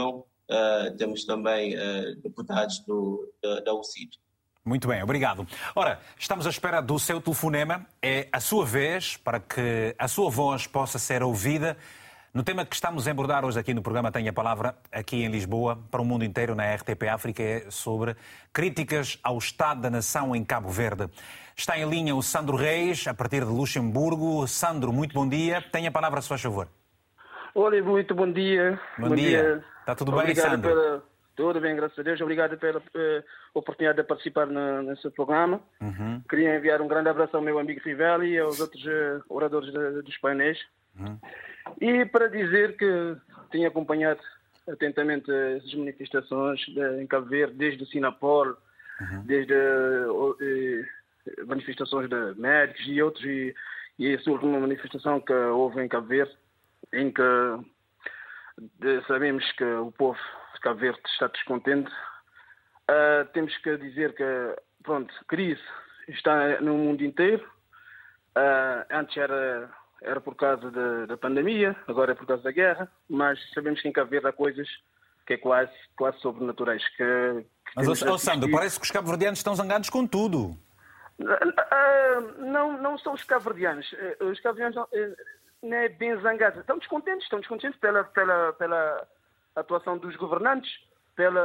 uh, temos também uh, deputados do, da, da U C I D. Muito bem, obrigado. Ora, estamos à espera do seu telefonema. É a sua vez para que a sua voz possa ser ouvida no tema que estamos a abordar hoje aqui no programa Tenho a Palavra, aqui em Lisboa, para o mundo inteiro, na R T P África, é sobre críticas ao Estado da Nação em Cabo Verde. Está em linha o Sandro Reis, a partir de Luxemburgo. Sandro, muito bom dia. Tenha a palavra, se faz favor. Olá, muito bom dia. Bom, bom dia. dia. Está tudo bem, Obrigado Sandro? Pela... Tudo bem, graças a Deus. Obrigado pela uh, oportunidade de participar na, nesse programa. Uhum. Queria enviar um grande abraço ao meu amigo Rivelli e aos outros uh, oradores de, dos painéis. Uhum. E para dizer que tenho acompanhado atentamente as manifestações de, em Cabo Verde, desde o Sinapol, uhum. desde uh, uh, manifestações de médicos e outros, e, e a última manifestação que houve em Cabo Verde, em que de, sabemos que o povo de Cabo Verde está descontente. Uh, temos que dizer que, pronto, crise está no mundo inteiro. Uh, antes era, era por causa da, da pandemia, agora é por causa da guerra, mas sabemos que em Cabo Verde há coisas que é quase, quase sobrenaturais. Que, que mas, oh, Sandro, parece que os cabo-verdianos estão zangados com tudo. Uh, não, não são os cabo-verdianos. Os cabo-verdianos não, não é bem zangados. Estão descontentes, estão descontentes pela, pela, pela atuação dos governantes, pela...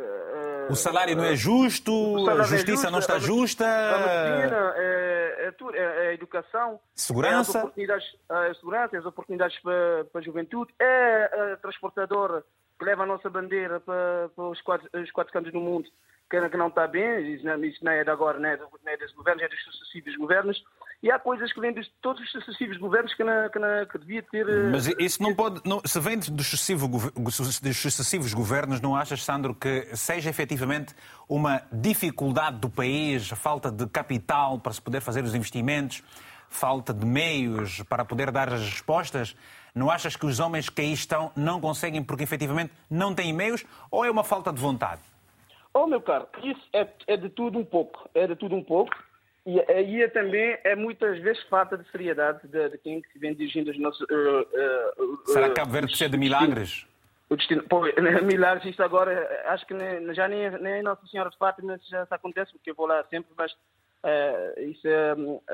Uh, o salário não é justo, a justiça é não está justa... A medicina, é, é, é a educação... Segurança... É as oportunidades, a segurança, as oportunidades para, para a juventude, é a transportadora que leva a nossa bandeira para, para os, quatro, os quatro cantos do mundo, que, que não está bem, isso não, isso não é de agora, não é, do, não é dos governos, é dos sucessivos governos. E há coisas que vêm de todos os sucessivos governos que, na, que, na, que devia ter... Mas isso não pode... Não, se vem dos sucessivos, dos sucessivos governos, não achas, Sandro, que seja efetivamente uma dificuldade do país, a falta de capital para se poder fazer os investimentos, falta de meios para poder dar as respostas? Não achas que os homens que aí estão não conseguem porque efetivamente não têm meios, ou é uma falta de vontade? Oh, meu caro, isso é, é de tudo um pouco. É de tudo um pouco. E aí é também é muitas vezes falta de seriedade de, de quem vem dirigindo os nossos... Uh, uh, uh, Será que Cabo Verde precisa de milagres? O destino, pô, milagres, isto agora, acho que nem, já nem, nem Nossa Senhora de Fátima já isso acontece, porque eu vou lá sempre, mas uh, isso é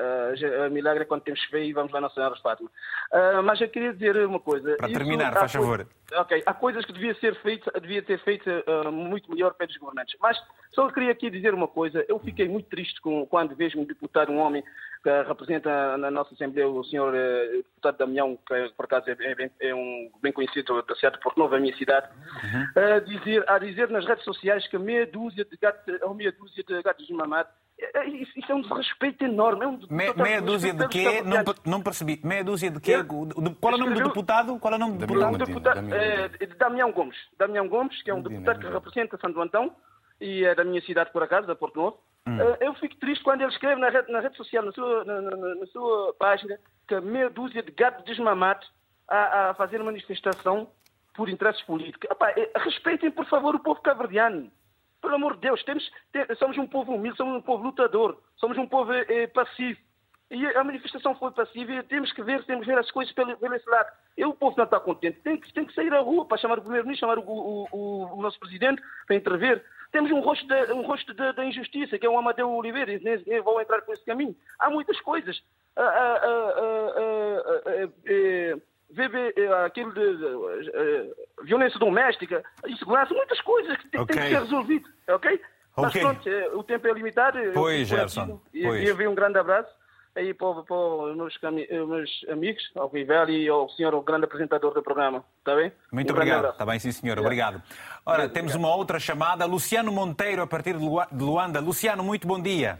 uh, milagre quando temos fé e vamos lá Nossa Senhora de Fátima. Uh, mas eu queria dizer uma coisa. Para terminar, faz favor. Ok, há coisas que devia ser feita, devia ter feito uh, muito melhor pelos governantes. Mas só queria aqui dizer uma coisa. Eu fiquei muito triste com, quando vejo um deputado, um homem que representa na nossa Assembleia, o senhor uh, deputado Damião, que por acaso é, é, é um bem conhecido da cidade de Porto Novo, a minha cidade, uhum. a, dizer, a dizer nas redes sociais que meia dúzia de gatos, ou meia dúzia de gatos desmamados. Isso, isso é um desrespeito enorme. É um Me, meia dúzia de quê? Não, não percebi. Meia dúzia de quê? Qual é o nome do deputado? Qual é o nome do deputado? Medina, deputado Damião, é, Damião Gomes. Damião Gomes, que é um Medina, deputado que representa Santo Antão e é da minha cidade, por acaso, da Porto Novo. Hum. Eu fico triste quando ele escreve na rede, na rede social, na sua, na, na, na sua página, que meia dúzia de gatos desmamados a, a fazer manifestação por interesses políticos. Epá, respeitem, por favor, o povo cabo-verdiano. Pelo amor de Deus, temos, temos, somos um povo humilde, somos um povo lutador, somos um povo eh, passivo. E a manifestação foi passiva e temos que ver, temos que ver as coisas pelo, pelo esse lado. E o povo não está contente, tem que, tem que sair à rua para chamar o primeiro-ministro, chamar o, o, o, o nosso presidente para intervir. Temos um rosto da um rosto da, da injustiça, que é o Amadeu Oliveira, e nem, nem vou entrar por esse caminho. Há muitas coisas. Ah, ah, ah, ah, ah, ah, ah, V B, aquilo de, de, de, de violência doméstica, insegurança, muitas coisas que okay. têm que ser resolvidas, ok? Mas okay. pronto, o tempo é limitado. Pois, Gerson. E envio um grande abraço aí para, para os meus, meus amigos, ao Rivelli e ao senhor, o grande apresentador do programa, está bem? Muito um obrigado, está bem, sim senhor, obrigado. Ora, obrigado. Temos uma outra chamada, Luciano Monteiro, a partir de Luanda. Luciano, muito bom dia.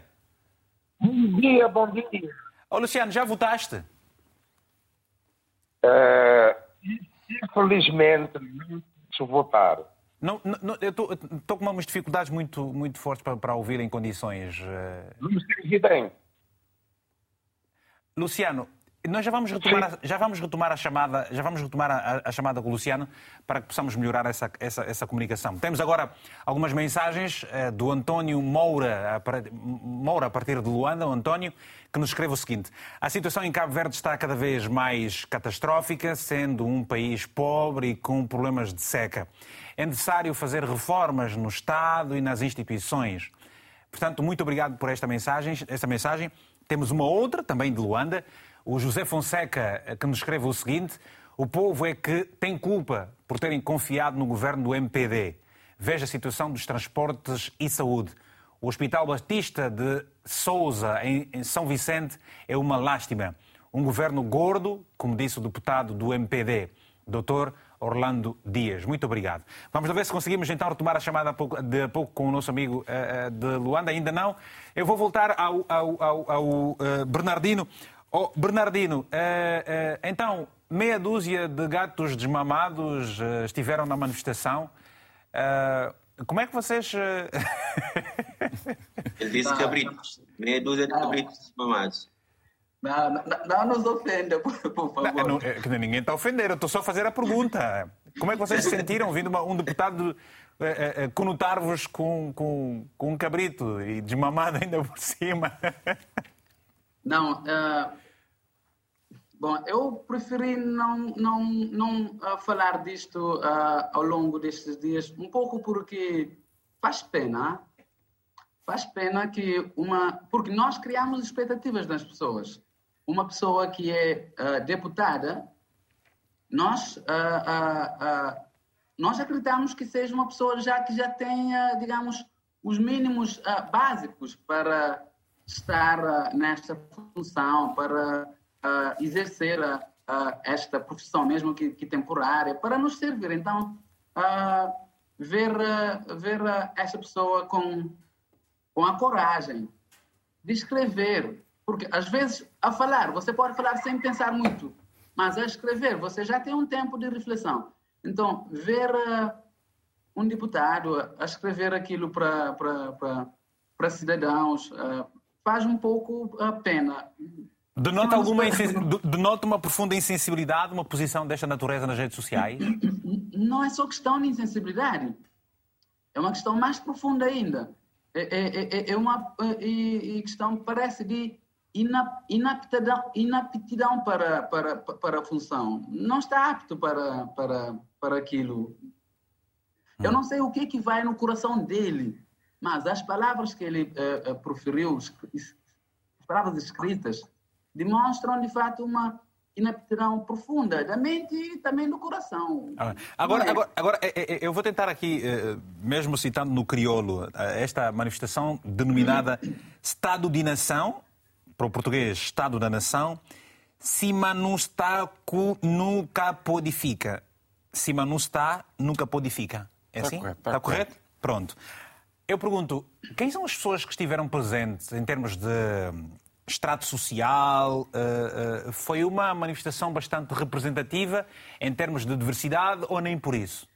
Bom dia, bom dia. Ô, Luciano, já votaste? Uh, infelizmente, não posso votar. Não, não, eu estou com umas dificuldades muito, muito fortes para, para ouvir em condições. Uh... Não me bem. Luciano, nós já vamos retomar, a, já vamos retomar a chamada, já vamos retomar a, a chamada com o Luciano para que possamos melhorar essa, essa, essa comunicação. Temos agora algumas mensagens uh, do António Moura, a, Moura, a partir de Luanda, o António, que nos escreve o seguinte: a situação em Cabo Verde está cada vez mais catastrófica, sendo um país pobre e com problemas de seca. É necessário fazer reformas no Estado e nas instituições. Portanto, muito obrigado por esta mensagem. Esta mensagem. Temos uma outra, também de Luanda, o José Fonseca, que nos escreve o seguinte: o povo é que tem culpa por terem confiado no governo do M P D. Veja a situação dos transportes e saúde. O Hospital Batista de Sousa, em São Vicente, é uma lástima. Um governo gordo, como disse o deputado do M P D, doutor Orlando Dias. Muito obrigado. Vamos ver se conseguimos então retomar a chamada de a pouco com o nosso amigo uh, de Luanda. Ainda não. Eu vou voltar ao, ao, ao, ao uh, Bernardino. Oh, Bernardino, uh, uh, então, meia dúzia de gatos desmamados uh, estiveram na manifestação. Uh, como é que vocês... Uh... Ele disse cabritos. Meia dúzia de cabritos desmamados. Não, não, não nos ofenda, por, por favor. Não, não, é, ninguém está a ofender, eu estou só a fazer a pergunta. Como é que vocês se sentiram vindo uma, um deputado é, é, conotar-vos com, com, com um cabrito e desmamado ainda por cima? Não, uh, bom, eu preferi não, não, não uh, falar disto uh, ao longo destes dias, um pouco porque faz pena, faz pena que uma... Porque nós criamos expectativas das pessoas. Uma pessoa que é uh, deputada, nós, uh, uh, uh, nós acreditamos que seja uma pessoa já que já tenha, digamos, os mínimos uh, básicos para estar uh, nesta função, para uh, exercer uh, uh, esta profissão, mesmo que, que temporária, para nos servir. Então, uh, ver, uh, ver uh, esta pessoa com, com a coragem de escrever. Porque, às vezes, a falar, você pode falar sem pensar muito, mas a escrever, você já tem um tempo de reflexão. Então, ver uh, um deputado a escrever aquilo para para cidadãos uh, faz um pouco a uh, pena. Denota, alguma insen... Denota uma profunda insensibilidade, uma posição desta natureza nas redes sociais? Não é só questão de insensibilidade. É uma questão mais profunda ainda. É, é, é, é uma é, é questão, parece, de inaptidão, inaptidão para, para, para a função. Não está apto para, para, para aquilo. Eu não sei o que, que vai no coração dele, mas as palavras que ele uh, uh, proferiu, as palavras escritas, demonstram, de fato, uma inaptidão profunda da mente e também do coração. Agora, agora, agora eu vou tentar aqui, mesmo citando no crioulo, esta manifestação denominada Estado de Nação, para o português, Estado da Nação, cima não está, nunca podifica. Cima não está, nunca podifica. É assim? Está correto? Está correto? Pronto. Eu pergunto, quem são as pessoas que estiveram presentes em termos de extrato social? Uh, uh, foi uma manifestação bastante representativa em termos de diversidade ou nem por isso?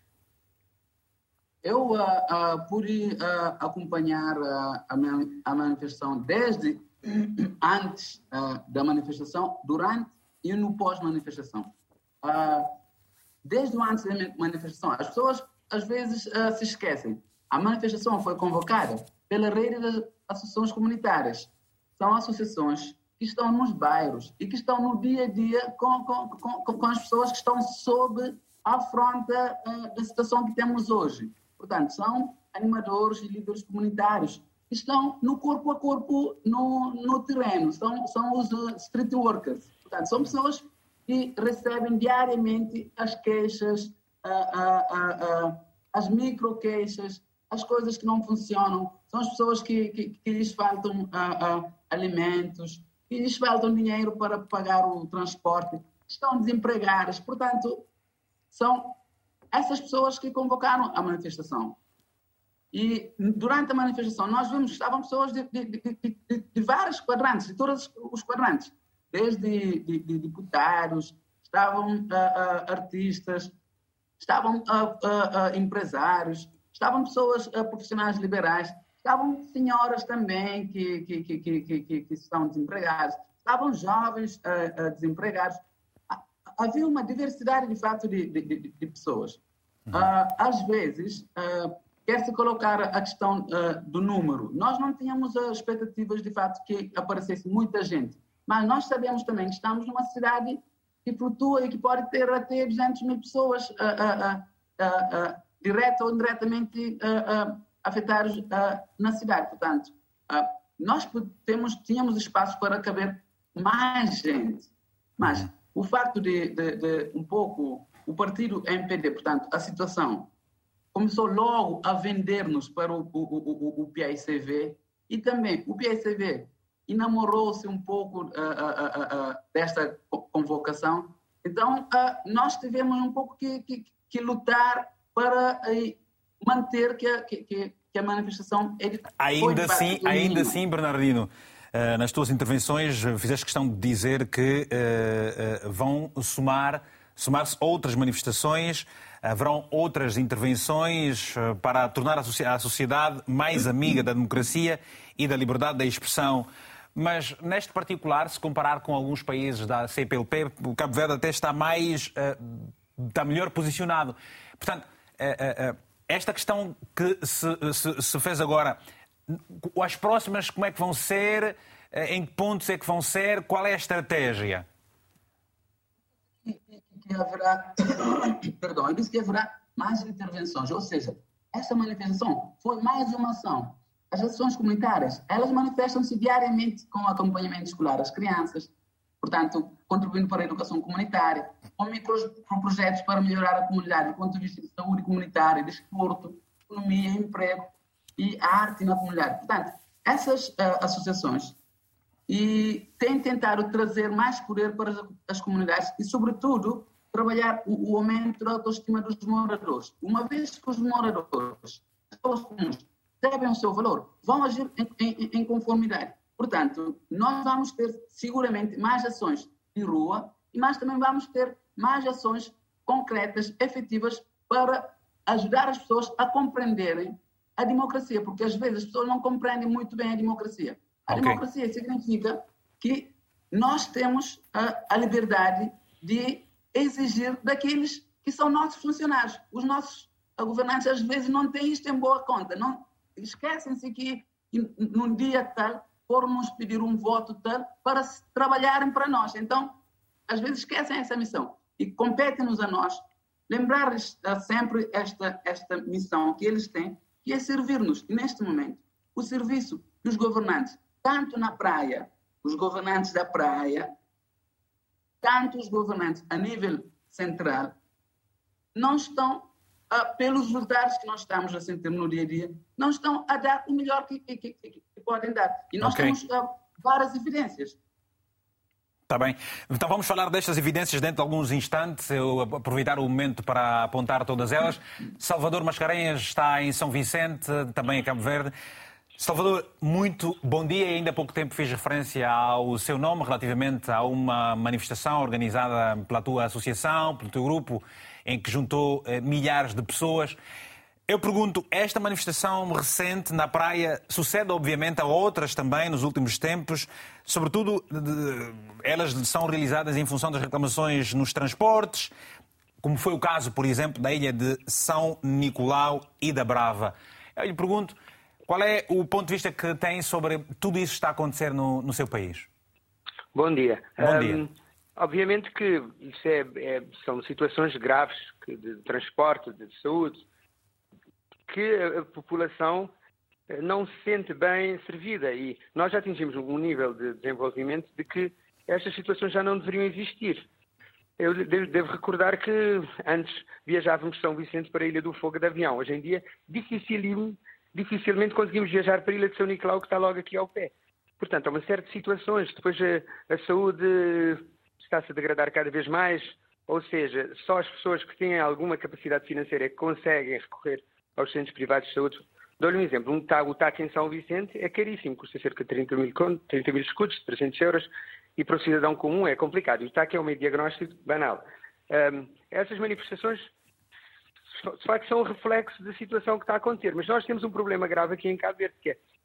Eu uh, uh, pude uh, acompanhar uh, a, a manifestação desde antes uh, da manifestação, durante e no pós-manifestação. Uh, desde o antes da manifestação, as pessoas às vezes uh, se esquecem. A manifestação foi convocada pela rede das associações comunitárias. São associações que estão nos bairros e que estão no dia a dia com, com, com, com as pessoas que estão sob a afronta uh, da situação que temos hoje. Portanto, são animadores e líderes comunitários que estão no corpo a corpo no, no terreno. São, são os uh, street workers. Portanto, são pessoas que recebem diariamente as queixas, uh, uh, uh, uh, as micro-queixas, as coisas que não funcionam. São as pessoas que, que, que lhes faltam uh, uh, alimentos, que lhes faltam dinheiro para pagar o transporte, estão desempregadas. Portanto, são essas pessoas que convocaram a manifestação. E durante a manifestação nós vimos que estavam pessoas de, de, de, de, de vários quadrantes, de todos os quadrantes, desde de, de deputados, estavam uh, uh, artistas, estavam uh, uh, uh, empresários, estavam pessoas uh, profissionais liberais, estavam senhoras também que, que, que, que, que, que estão desempregadas, estavam jovens, uh, uh, desempregados. Havia uma diversidade, de fato, de, de, de, de pessoas. Uh, às vezes, uh, quer-se colocar a questão uh, do número. Nós não tínhamos as expectativas, de fato, que aparecesse muita gente. Mas nós sabemos também que estamos numa cidade que flutua e que pode ter até duzentas mil pessoas uh, uh, uh, uh, uh, direta ou indiretamente uh, uh, afetadas uh, na cidade. Portanto, uh, nós temos, tínhamos espaço para caber mais gente. Mas o facto de, de, de um pouco o partido M P D, portanto, a situação começou logo a vender-nos para o, o, o, o P I C V e também o P I C V enamorou-se um pouco uh, uh, uh, uh, desta convocação. Então, uh, nós tivemos um pouco que, que, que lutar para uh, manter que a, que, que a manifestação... É ainda assim, ainda assim, Bernardino, uh, nas tuas intervenções fizeste questão de dizer que uh, uh, vão somar, somar-se outras manifestações, haverão outras intervenções uh, para tornar a, a sociedade mais amiga da democracia e da liberdade da expressão. Mas, neste particular, se comparar com alguns países da C P L P, o Cabo Verde até está mais, uh, está melhor posicionado. Portanto, uh, uh, esta questão que se, se, se fez agora, as próximas como é que vão ser, uh, em que pontos é que vão ser, qual é a estratégia? Que haverá, perdão, eu disse que haverá mais intervenções, ou seja, esta manifestação foi mais uma ação. As ações comunitárias, elas manifestam-se diariamente com o acompanhamento escolar às crianças, portanto, contribuindo para a educação comunitária, com microprojetos para melhorar a comunidade do ponto de vista de saúde comunitária, de desporto, economia, emprego e arte na comunidade. Portanto, essas uh, associações e têm tentado trazer mais poder para as, as comunidades e, sobretudo, trabalhar o, o aumento da autoestima dos moradores. Uma vez que os moradores, as pessoas comuns, sabem o seu valor, vão agir em, em, em conformidade. Portanto, nós vamos ter seguramente mais ações de rua, mas também vamos ter mais ações concretas, efetivas, para ajudar as pessoas a compreenderem a democracia, porque às vezes as pessoas não compreendem muito bem a democracia. A okay. democracia significa que nós temos a, a liberdade de exigir daqueles que são nossos funcionários. Os nossos governantes às vezes não têm isto em boa conta, não esquecem-se que num dia tal foram nos pedir um voto tal para trabalharem para nós. Então, às vezes esquecem essa missão e compete-nos a nós lembrar sempre esta, esta missão que eles têm, que é servir-nos. E neste momento, o serviço dos governantes, tanto na praia, os governantes da praia, tanto os governantes a nível central, não estão Uh, pelos resultados que nós estamos a sentir no dia a dia, não estão a dar o melhor que, que, que, que podem dar. E nós okay. temos uh, várias evidências. Está bem. Então vamos falar destas evidências dentro de alguns instantes. Eu aproveitar o momento para apontar todas elas. Salvador Mascarenhas está em São Vicente, também em Cabo Verde. Salvador, muito bom dia. Ainda há pouco tempo fiz referência ao seu nome relativamente a uma manifestação organizada pela tua associação, pelo teu grupo, em que juntou eh, milhares de pessoas. Eu pergunto, esta manifestação recente na praia sucede obviamente a outras também nos últimos tempos, sobretudo de, de, elas são realizadas em função das reclamações nos transportes, como foi o caso, por exemplo, da ilha de São Nicolau e da Brava. Eu lhe pergunto, qual é o ponto de vista que tem sobre tudo isso que está a acontecer no, no seu país? Bom dia. Bom dia. Um... Obviamente que isso é, é, são situações graves de transporte, de saúde, que a população não se sente bem servida. E nós já atingimos um nível de desenvolvimento de que estas situações já não deveriam existir. Eu devo recordar que antes viajávamos de São Vicente para a Ilha do Fogo de avião. Hoje em dia, dificilmente, dificilmente conseguimos viajar para a Ilha de São Nicolau, que está logo aqui ao pé. Portanto, há uma série de situações. Depois a, a saúde está-se a degradar cada vez mais, ou seja, só as pessoas que têm alguma capacidade financeira é que conseguem recorrer aos centros privados de saúde. Dou-lhe um exemplo, um T A C, o T A C em São Vicente é caríssimo, custa cerca de trinta mil, trinta mil escudos, trezentos euros, e para o cidadão comum é complicado. O T A C é um meio diagnóstico banal. Um, essas manifestações, de facto, são o reflexo da situação que está a acontecer, mas nós temos um problema grave aqui em Cabo Verde, que é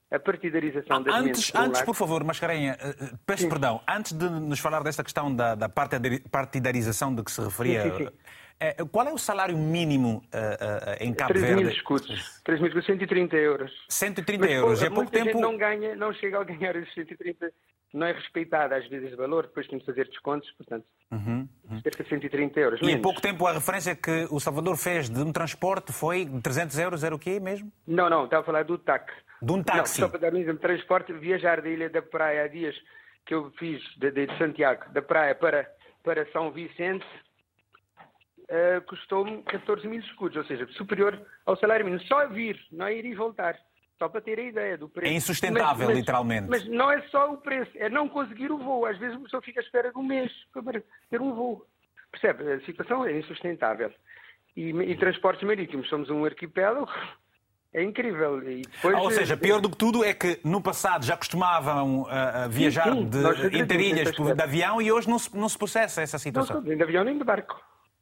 a partidarização das Antes, mentes, por, um antes lado. por favor, Mascarenha, uh, peço sim. perdão, antes de nos falar desta questão da, da partidarização de que se referia, sim, sim, sim. Uh, qual é o salário mínimo uh, uh, em Cabo Verde? três mil escudos. três mil escudos, cento e trinta euros. cento e trinta Mas, euros. Pô, e há pouco tempo... não ganha, não chega a ganhar os cento e trinta, não é respeitado às vezes o valor, depois tem de fazer descontos, portanto, uhum, uhum. cerca de cento e trinta euros. E menos. há pouco tempo a referência que o Salvador fez de um transporte foi de trezentos euros, era o quê mesmo? Não, não, estava a falar do T A C. De um táxi? Não, só para dar um exemplo, transporte, viajar da Ilha da Praia há dias que eu fiz de, de Santiago, da Praia para, para São Vicente, uh, custou-me catorze mil escudos, ou seja, superior ao salário mínimo. Só vir, não é ir e voltar. Só para ter a ideia do preço. É insustentável, mas, mas, literalmente. Mas não é só o preço, é não conseguir o voo. Às vezes a pessoa fica à espera de um mês para ter um voo. Percebe? A situação é insustentável. E, e transportes marítimos, somos um arquipélago, é incrível. E depois, ah, ou seja, pior do que tudo é que no passado já costumavam uh, uh, viajar sim, sim, de interilhas de avião e hoje não se, não se processa essa situação. Não, nem de avião nem de barco.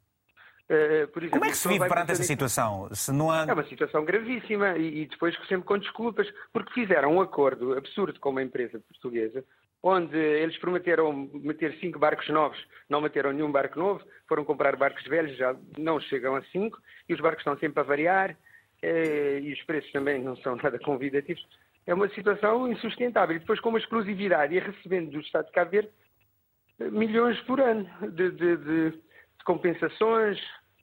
Uh, por exemplo, como é que se vive perante essa situação? Se não há... É uma situação gravíssima e, e depois sempre com desculpas, porque fizeram um acordo absurdo com uma empresa portuguesa, onde eles prometeram meter cinco barcos novos, não meteram nenhum barco novo, foram comprar barcos velhos, já não chegam a cinco, e os barcos estão sempre a variar, eh, e os preços também não são nada convidativos. É uma situação insustentável. E depois com uma exclusividade e recebendo do Estado de Cabo Verde milhões por ano de, de, de, de compensações,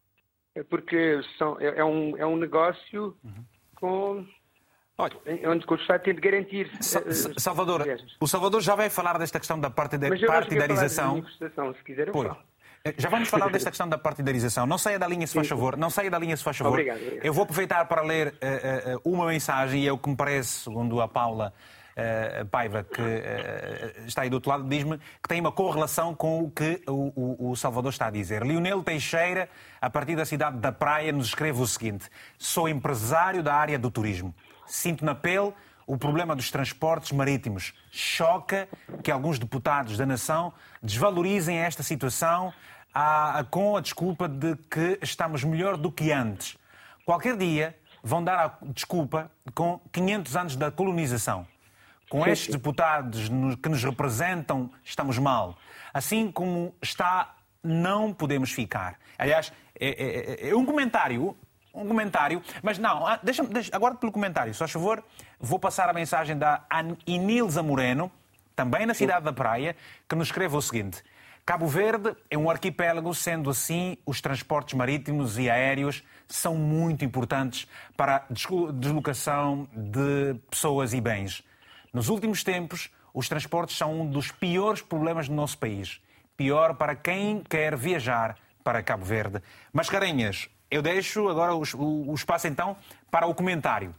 porque são, é, é, um, é um negócio com... Olha, onde o Estado tem de garantir... Salvador, o Salvador já vai falar desta questão da partidarização. Se quiser eu pois. falo. Já vamos falar desta questão da partidarização. Não saia da linha, se faz favor. Não saia da linha, se faz favor. Obrigado, obrigado. Eu vou aproveitar para ler uh, uh, uma mensagem, e é o que me parece, segundo a Paula uh, Paiva, que uh, está aí do outro lado, diz-me que tem uma correlação com o que o, o, o Salvador está a dizer. Leonel Teixeira, a partir da cidade da Praia, nos escreve o seguinte: sou empresário da área do turismo. Sinto na pele o problema dos transportes marítimos. Choca que alguns deputados da nação desvalorizem esta situação a, a, com a desculpa de que estamos melhor do que antes. Qualquer dia vão dar a desculpa com quinhentos anos da colonização. Com sim, estes sim. deputados que nos representam, estamos mal. Assim como está, não podemos ficar. Aliás, é, é, é um comentário... Um comentário, mas não, deixa-me, deixa, agora pelo comentário, se faz favor, vou passar a mensagem da Inilza Moreno, também na cidade da Praia, que nos escreve o seguinte: Cabo Verde é um arquipélago, sendo assim, os transportes marítimos e aéreos são muito importantes para a deslocação de pessoas e bens. Nos últimos tempos, os transportes são um dos piores problemas do nosso país. Pior para quem quer viajar para Cabo Verde. Mascarenhas, eu deixo agora o, o, o espaço, então, para o comentário.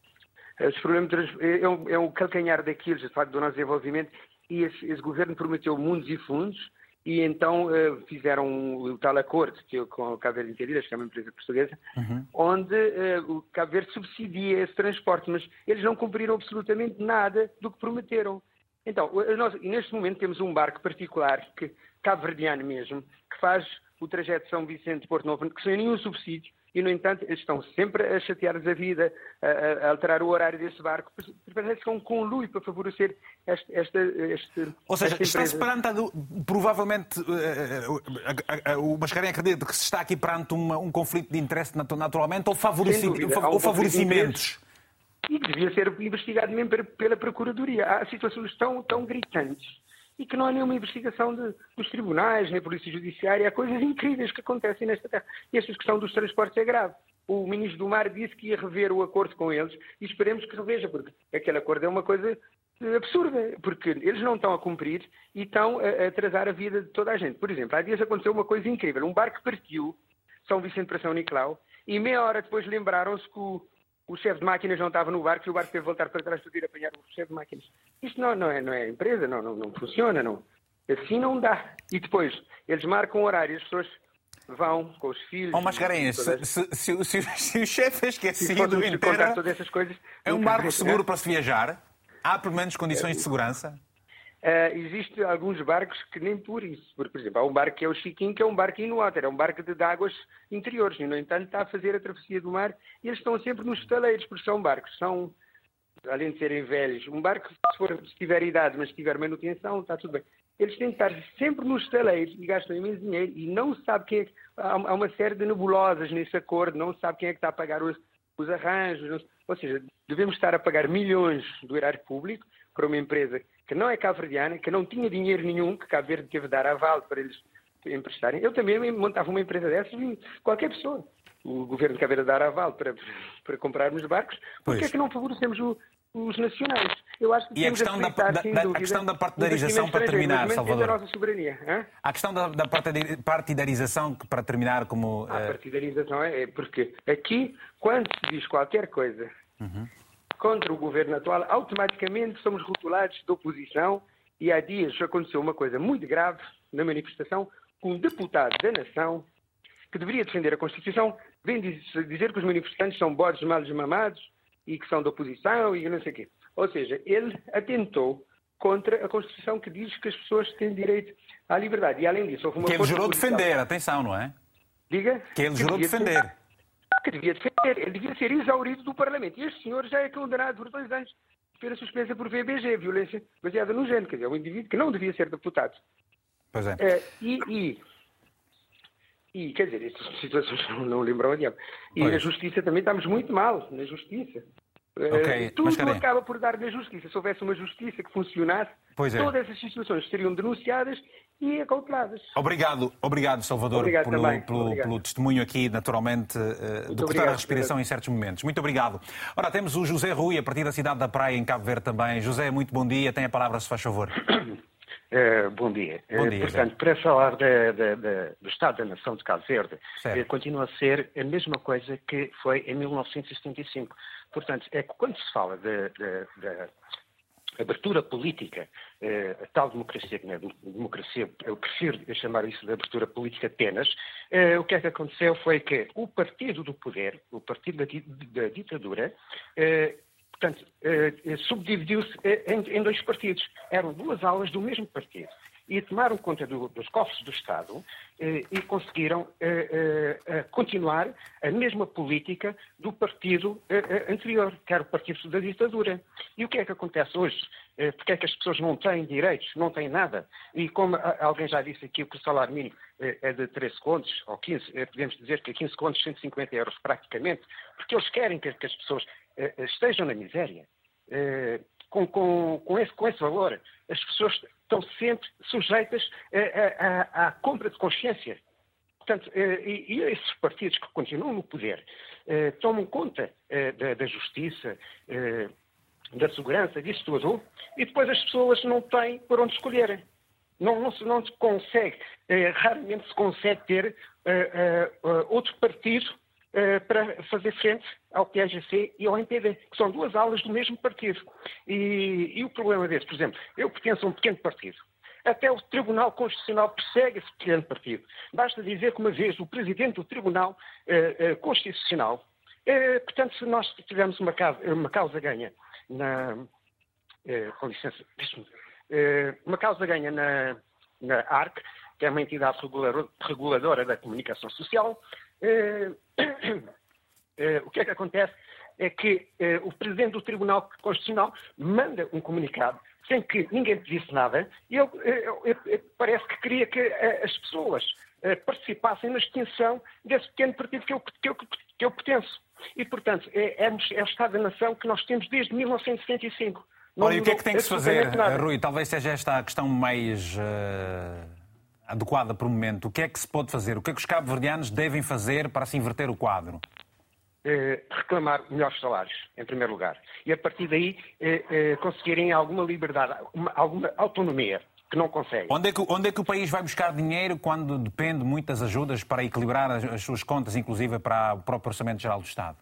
Esse problema é um, é um calcanhar daqueles, de facto, do nosso desenvolvimento, e esse, esse governo prometeu mundos e fundos, e então uh, fizeram o tal acordo que, com o Cabo Verde Interilhas, que é uma empresa portuguesa, uhum. onde uh, o Cabo Verde subsidia esse transporte, mas eles não cumpriram absolutamente nada do que prometeram. Então, nós, neste momento temos um barco particular, que, cabo-verdiano mesmo, que faz o trajeto de São Vicente de Porto Novo, que sem nenhum subsídio, e, no entanto, eles estão sempre a chatear-nos a vida, a, a alterar o horário desse barco. Parece que é um conluio para favorecer este, esta, este, Ou seja, esta está-se perante, provavelmente, uh, uh, uh, o Mascarenha acredita que se está aqui perante uma, um conflito de interesse naturalmente, ou, favoreci, dúvida, ou um favorecimentos? De e devia ser investigado mesmo pela Procuradoria. Há situações tão, tão gritantes e que não há nenhuma investigação de, dos tribunais, nem Polícia Judiciária. Há coisas incríveis que acontecem nesta terra. E esta questão dos transportes é grave. O Ministro do Mar disse que ia rever o acordo com eles e esperemos que reveja, porque aquele acordo é uma coisa absurda, porque eles não estão a cumprir e estão a atrasar a vida de toda a gente. Por exemplo, há dias aconteceu uma coisa incrível. Um barco partiu, São Vicente para São Nicolau, e meia hora depois lembraram-se que o O chefe de máquinas não estava no barco e o barco teve de voltar para trás para ir apanhar o chefe de máquinas. Isto não, não, é, não é empresa, não, não, não funciona, não. Assim não dá. E depois, eles marcam horário, as pessoas vão com os filhos... Oh, Mascarenhas, se, se, se, se, se o chefe é esquecido inteira, todas essas coisas, é um barco seguro para se viajar? Há pelo menos condições de segurança? Uh, Existem alguns barcos que nem por isso. Por, por exemplo, há um barco que é o Chiquinho, que é um barco in-water, é um barco de, de águas interiores. E, no entanto, está a fazer a travessia do mar e eles estão sempre nos estaleiros, porque são barcos, são, além de serem velhos, um barco, se, for, se tiver idade, mas se tiver manutenção, está tudo bem. Eles têm que estar sempre nos estaleiros e gastam imenso dinheiro e não se sabe quem é que... Há uma série de nebulosas nesse acordo, não se sabe quem é que está a pagar os, os arranjos. Não, ou seja, devemos estar a pagar milhões do erário público para uma empresa que não é cabo-verdiana, que não tinha dinheiro nenhum, que Cabo Verde teve de dar aval para eles emprestarem. Eu também montava uma empresa dessas e qualquer pessoa. O governo de Cabo Verde dar aval para, para comprarmos barcos, porque é que não favorecemos o, os nacionais? Eu acho que e a questão, a da, da, da, a questão da partidarização, para terminar, Salvador. A nossa soberania, hein? A questão da, da partidarização, para terminar, como... A partidarização é, é porque aqui, quando se diz qualquer coisa uhum. contra o governo atual, automaticamente somos rotulados de oposição e há dias aconteceu uma coisa muito grave na manifestação, com um deputado da nação que deveria defender a Constituição, vem dizer que os manifestantes são bodes mal mamados e que são da oposição e não sei o quê. Ou seja, ele atentou contra a Constituição que diz que as pessoas têm direito à liberdade. E além disso, houve uma... Que ele jurou defender, atenção, não é? Diga? Que ele jurou defender. Que devia defender. Ele devia ser exaurido do Parlamento. E este senhor já é condenado por dois anos pela suspensa por V B G, violência baseada no género. Quer dizer, é um indivíduo que não devia ser deputado. Pois é. é e, e, e, quer dizer, estas situações não lembram a diabo. E pois. Na Justiça também estamos muito mal, na Justiça. Okay, uh, tudo acaba por dar na Justiça. Se houvesse uma Justiça que funcionasse, é. todas essas situações seriam denunciadas e acauteladas. Obrigado, obrigado Salvador, obrigado pelo, pelo, obrigado. pelo testemunho aqui, naturalmente, uh, de cortar a respiração obrigado. Em certos momentos. Muito obrigado. Ora, temos o José Rui, a partir da cidade da Praia, em Cabo Verde também. José, muito bom dia. Tem a palavra, se faz favor. Uh, bom dia. Bom dia uh, portanto, para falar de, de, de, do Estado da Nação de Cabo Verde, uh, continua a ser a mesma coisa que foi em mil novecentos e setenta e cinco. Portanto, é que quando se fala de, de, de abertura política, uh, a tal democracia que não é democracia, eu prefiro chamar isso de abertura política apenas, uh, o que é que aconteceu foi que o partido do poder, o partido da, da ditadura, uh, Portanto, eh, subdividiu-se em, em dois partidos. Eram duas alas do mesmo partido. E tomaram conta do, dos cofres do Estado eh, e conseguiram eh, eh, continuar a mesma política do partido eh, anterior, que era o partido da ditadura. E o que é que acontece hoje? Eh, porque é que as pessoas não têm direitos, não têm nada? E como alguém já disse aqui que o salário mínimo eh, é de treze contos, ou quinze, eh, podemos dizer que quinze contos, cento e cinquenta euros praticamente, porque eles querem que, que as pessoas estejam na miséria. Com, com, com, esse, com esse valor, as pessoas estão sempre sujeitas à, à compra de consciência. Portanto, e, e esses partidos que continuam no poder tomam conta da, da justiça, da segurança, disso tudo, e depois as pessoas não têm por onde escolher. Não, não, se, não se consegue, raramente se consegue ter outro partido Uh, para fazer frente ao P S C e ao M P D, que são duas alas do mesmo partido. E, e o problema desse, por exemplo, eu pertenço a um pequeno partido. Até o Tribunal Constitucional persegue esse pequeno partido. Basta dizer que uma vez o Presidente do Tribunal uh, uh, Constitucional, uh, portanto, se nós tivermos uma causa, uma causa ganha na... Uh, com licença, uh, uma causa ganha na, na A R C, que é uma entidade reguladora da comunicação social, Uh, uh, o que é que acontece é que uh, o Presidente do Tribunal Constitucional manda um comunicado sem que ninguém pedisse nada e ele, uh, uh, parece que queria que uh, as pessoas uh, participassem na extinção desse pequeno partido que eu, que eu, que eu pertenço. E, portanto, é, é, é o Estado da Nação que nós temos desde mil novecentos e setenta e cinco. Olha, e o que é que tem que se fazer, nada. Rui? Talvez seja esta a questão mais... Uh... adequada para o momento. O que é que se pode fazer? O que é que os cabo-verdianos devem fazer para se inverter o quadro? Eh, reclamar melhores salários, em primeiro lugar. E a partir daí eh, eh, conseguirem alguma liberdade, uma, alguma autonomia, que não conseguem. Onde é que, onde é que o país vai buscar dinheiro quando depende muito das ajudas para equilibrar as, as suas contas, inclusive para o próprio Orçamento Geral do Estado?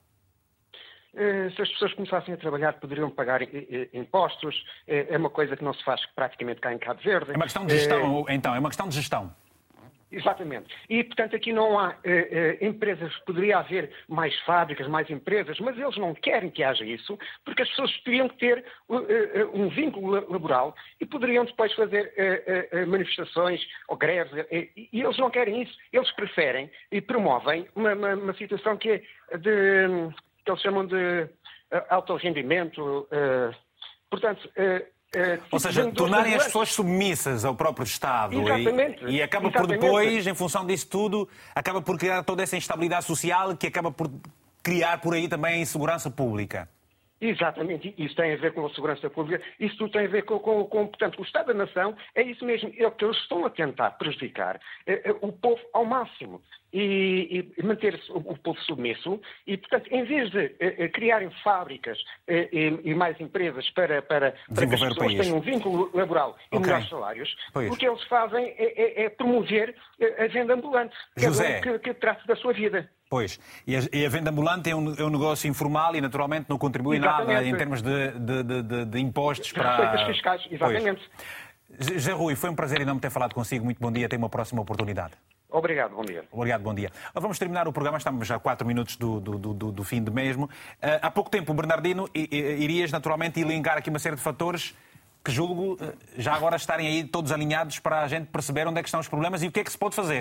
Se as pessoas começassem a trabalhar, poderiam pagar impostos. É uma coisa que não se faz praticamente cá em Cabo Verde. É uma questão de gestão, é... então, é uma questão de gestão. Exatamente. E, portanto, aqui não há eh, empresas, poderia haver mais fábricas, mais empresas, mas eles não querem que haja isso, porque as pessoas teriam que ter eh, um vínculo laboral e poderiam depois fazer eh, eh, manifestações ou greves, eh, e eles não querem isso. Eles preferem e promovem uma, uma, uma situação que é de... que eles chamam de alto rendimento. Portanto, ou seja, tornarem as pessoas submissas ao próprio Estado. Exatamente. E, e acaba Exatamente. por depois, em função disso tudo, acaba por criar toda essa instabilidade social que acaba por criar por aí também a insegurança pública. Exatamente, isso tem a ver com a segurança pública, isso tudo tem a ver com, com, com portanto, o Estado da Nação, é isso mesmo, é o que eles estão a tentar prejudicar é, é, o povo ao máximo e, e manter o, o povo submisso e, portanto, em vez de é, é, criarem fábricas é, e, e mais empresas para, para, para que as pessoas tenham um vínculo laboral e okay. melhores salários, pois. o que eles fazem é, é, é promover a venda ambulante, José. que, que trata da sua vida. Pois, e a, e a venda ambulante é um, é um negócio informal e naturalmente não contribui exatamente. nada em termos de, de, de, de, de impostos para... Receitas fiscais, exatamente. Pois. José Rui, foi um prazer enorme ter falado consigo, muito bom dia, até uma próxima oportunidade. Obrigado, bom dia. Obrigado, bom dia. Vamos terminar o programa, estamos já a quatro minutos do, do, do, do fim do mesmo. Uh, há pouco tempo, Bernardino, irias naturalmente elencar aqui uma série de fatores que julgo já agora estarem aí todos alinhados para a gente perceber onde é que estão os problemas e o que é que se pode fazer.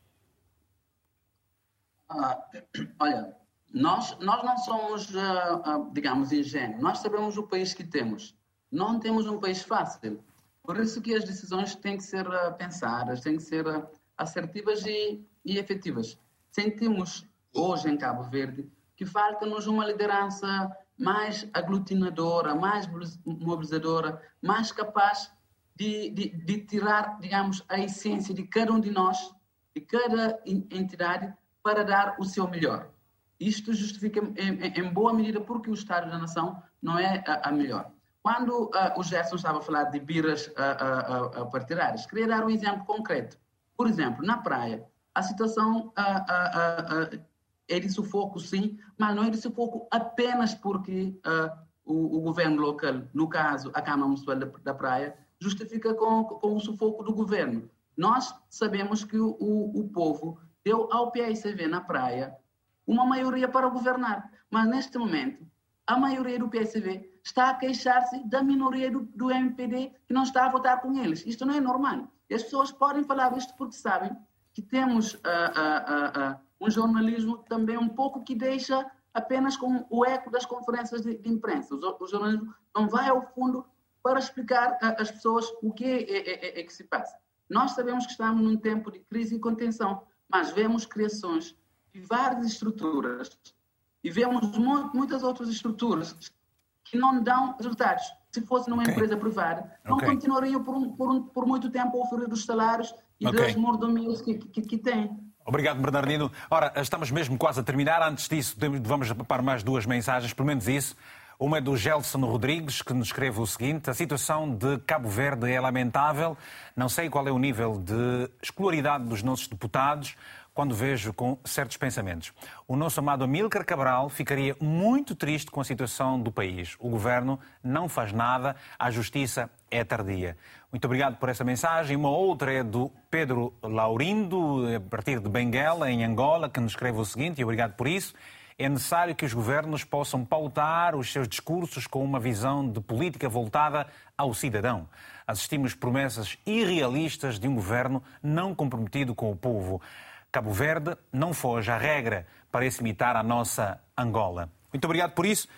Ah, olha, nós, nós não somos, uh, uh, digamos, ingênuos. Nós sabemos o país que temos. Não temos um país fácil. Por isso que as decisões têm que ser uh, pensadas, têm que ser uh, assertivas e, e efetivas. Sentimos hoje em Cabo Verde que falta-nos uma liderança mais aglutinadora, mais mobilizadora, mais capaz de, de, de tirar, digamos, a essência de cada um de nós, de cada entidade, para dar o seu melhor. Isto justifica, em, em boa medida, porque o Estado da Nação não é a, a melhor. Quando uh, o Gerson estava a falar de birras uh, uh, uh, partidárias, queria dar um exemplo concreto. Por exemplo, na praia, a situação uh, uh, uh, uh, é de sufoco, sim, mas não é de sufoco apenas porque uh, o, o governo local, no caso, a Câmara Municipal da, da Praia, justifica com, com o sufoco do governo. Nós sabemos que o, o, o povo deu ao P I C V na praia uma maioria para governar. Mas, neste momento, a maioria do P I C V está a queixar-se da minoria do, do M P D que não está a votar com eles. Isto não é normal. E as pessoas podem falar isto porque sabem que temos uh, uh, uh, uh, um jornalismo também um pouco que deixa apenas com o eco das conferências de, de imprensa. O, o jornalismo não vai ao fundo para explicar às pessoas o que é, é, é, é que se passa. Nós sabemos que estamos num tempo de crise e contenção, mas vemos criações de várias estruturas e vemos muitas outras estruturas que não dão resultados. Se fosse numa okay. empresa privada, não okay. continuariam por, um, por, um, por muito tempo a oferecer os salários e okay. das mordomias que, que, que têm. Obrigado, Bernardino. Ora, estamos mesmo quase a terminar. Antes disso, vamos para mais duas mensagens, pelo menos isso. Uma é do Gelson Rodrigues, que nos escreve o seguinte: a situação de Cabo Verde é lamentável. Não sei qual é o nível de escolaridade dos nossos deputados quando vejo com certos pensamentos. O nosso amado Amílcar Cabral ficaria muito triste com a situação do país. O governo não faz nada, a justiça é tardia. Muito obrigado por essa mensagem. Uma outra é do Pedro Laurindo, a partir de Benguela, em Angola, que nos escreve o seguinte, e obrigado por isso: é necessário que os governos possam pautar os seus discursos com uma visão de política voltada ao cidadão. Assistimos promessas irrealistas de um governo não comprometido com o povo. Cabo Verde não foge à regra, parece imitar a nossa Angola. Muito obrigado por isso.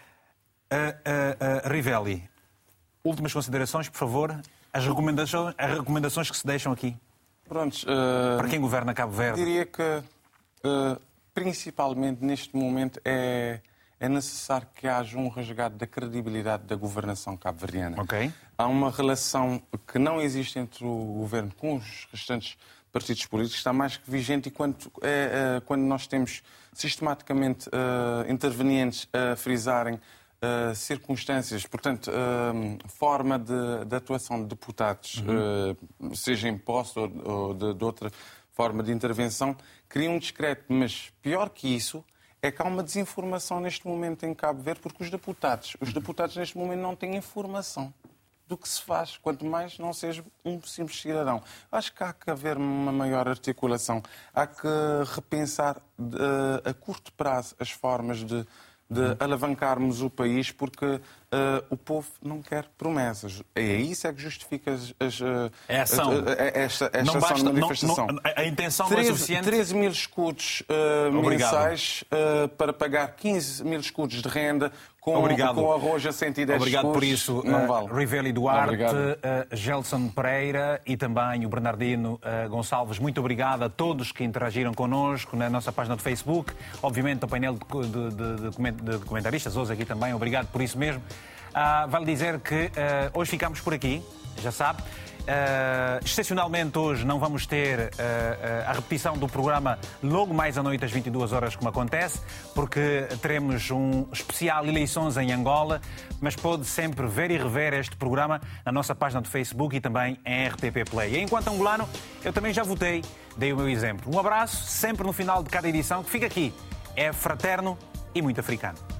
Uh, uh, uh, Rivelli, últimas considerações, por favor. As recomendações, as recomendações que se deixam aqui. Prontos, uh, para quem governa Cabo Verde. Diria que... Uh, principalmente neste momento é, é necessário que haja um resgate da credibilidade da governação cabo-verdiana. Okay. Há uma relação que não existe entre o governo com os restantes partidos políticos, está mais que vigente, e quando, é, é, quando nós temos sistematicamente uh, intervenientes a frisarem uh, circunstâncias, portanto, uh, forma de, de atuação de deputados, uhum. uh, seja em posse ou, ou de, de outra forma de intervenção, cria um discreto, mas pior que isso é que há uma desinformação neste momento em Cabo Verde, porque os deputados, os deputados neste momento não têm informação do que se faz, quanto mais não seja um simples cidadão. Acho que há que haver uma maior articulação, há que repensar uh, a curto prazo as formas de, de alavancarmos o país, porque uh, Uh, o povo não quer promessas. É isso é que justifica as, as, é ação. As, esta, esta não ação basta, de manifestação. Não, não, a intenção treze, não é suficiente. treze mil escudos uh, mensais uh, para pagar quinze mil escudos de renda com, com arroz a cento e dez Obrigado escudos. por isso, não uh, vale. Rivelli Duarte, uh, Gelson Pereira e também o Bernardino uh, Gonçalves. Muito obrigado a todos que interagiram connosco na nossa página do Facebook. Obviamente, ao painel de, de, de, de comentaristas, hoje aqui também. Obrigado por isso mesmo. Uh, vale dizer que uh, hoje ficamos por aqui, já sabe. Uh, excepcionalmente hoje não vamos ter uh, uh, a repetição do programa logo mais à noite às vinte e duas horas, como acontece, porque teremos um especial eleições em Angola, mas pode sempre ver e rever este programa na nossa página do Facebook e também em R T P Play. E enquanto angolano, eu também já votei, dei o meu exemplo. Um abraço, sempre no final de cada edição, que fica aqui. É fraterno e muito africano.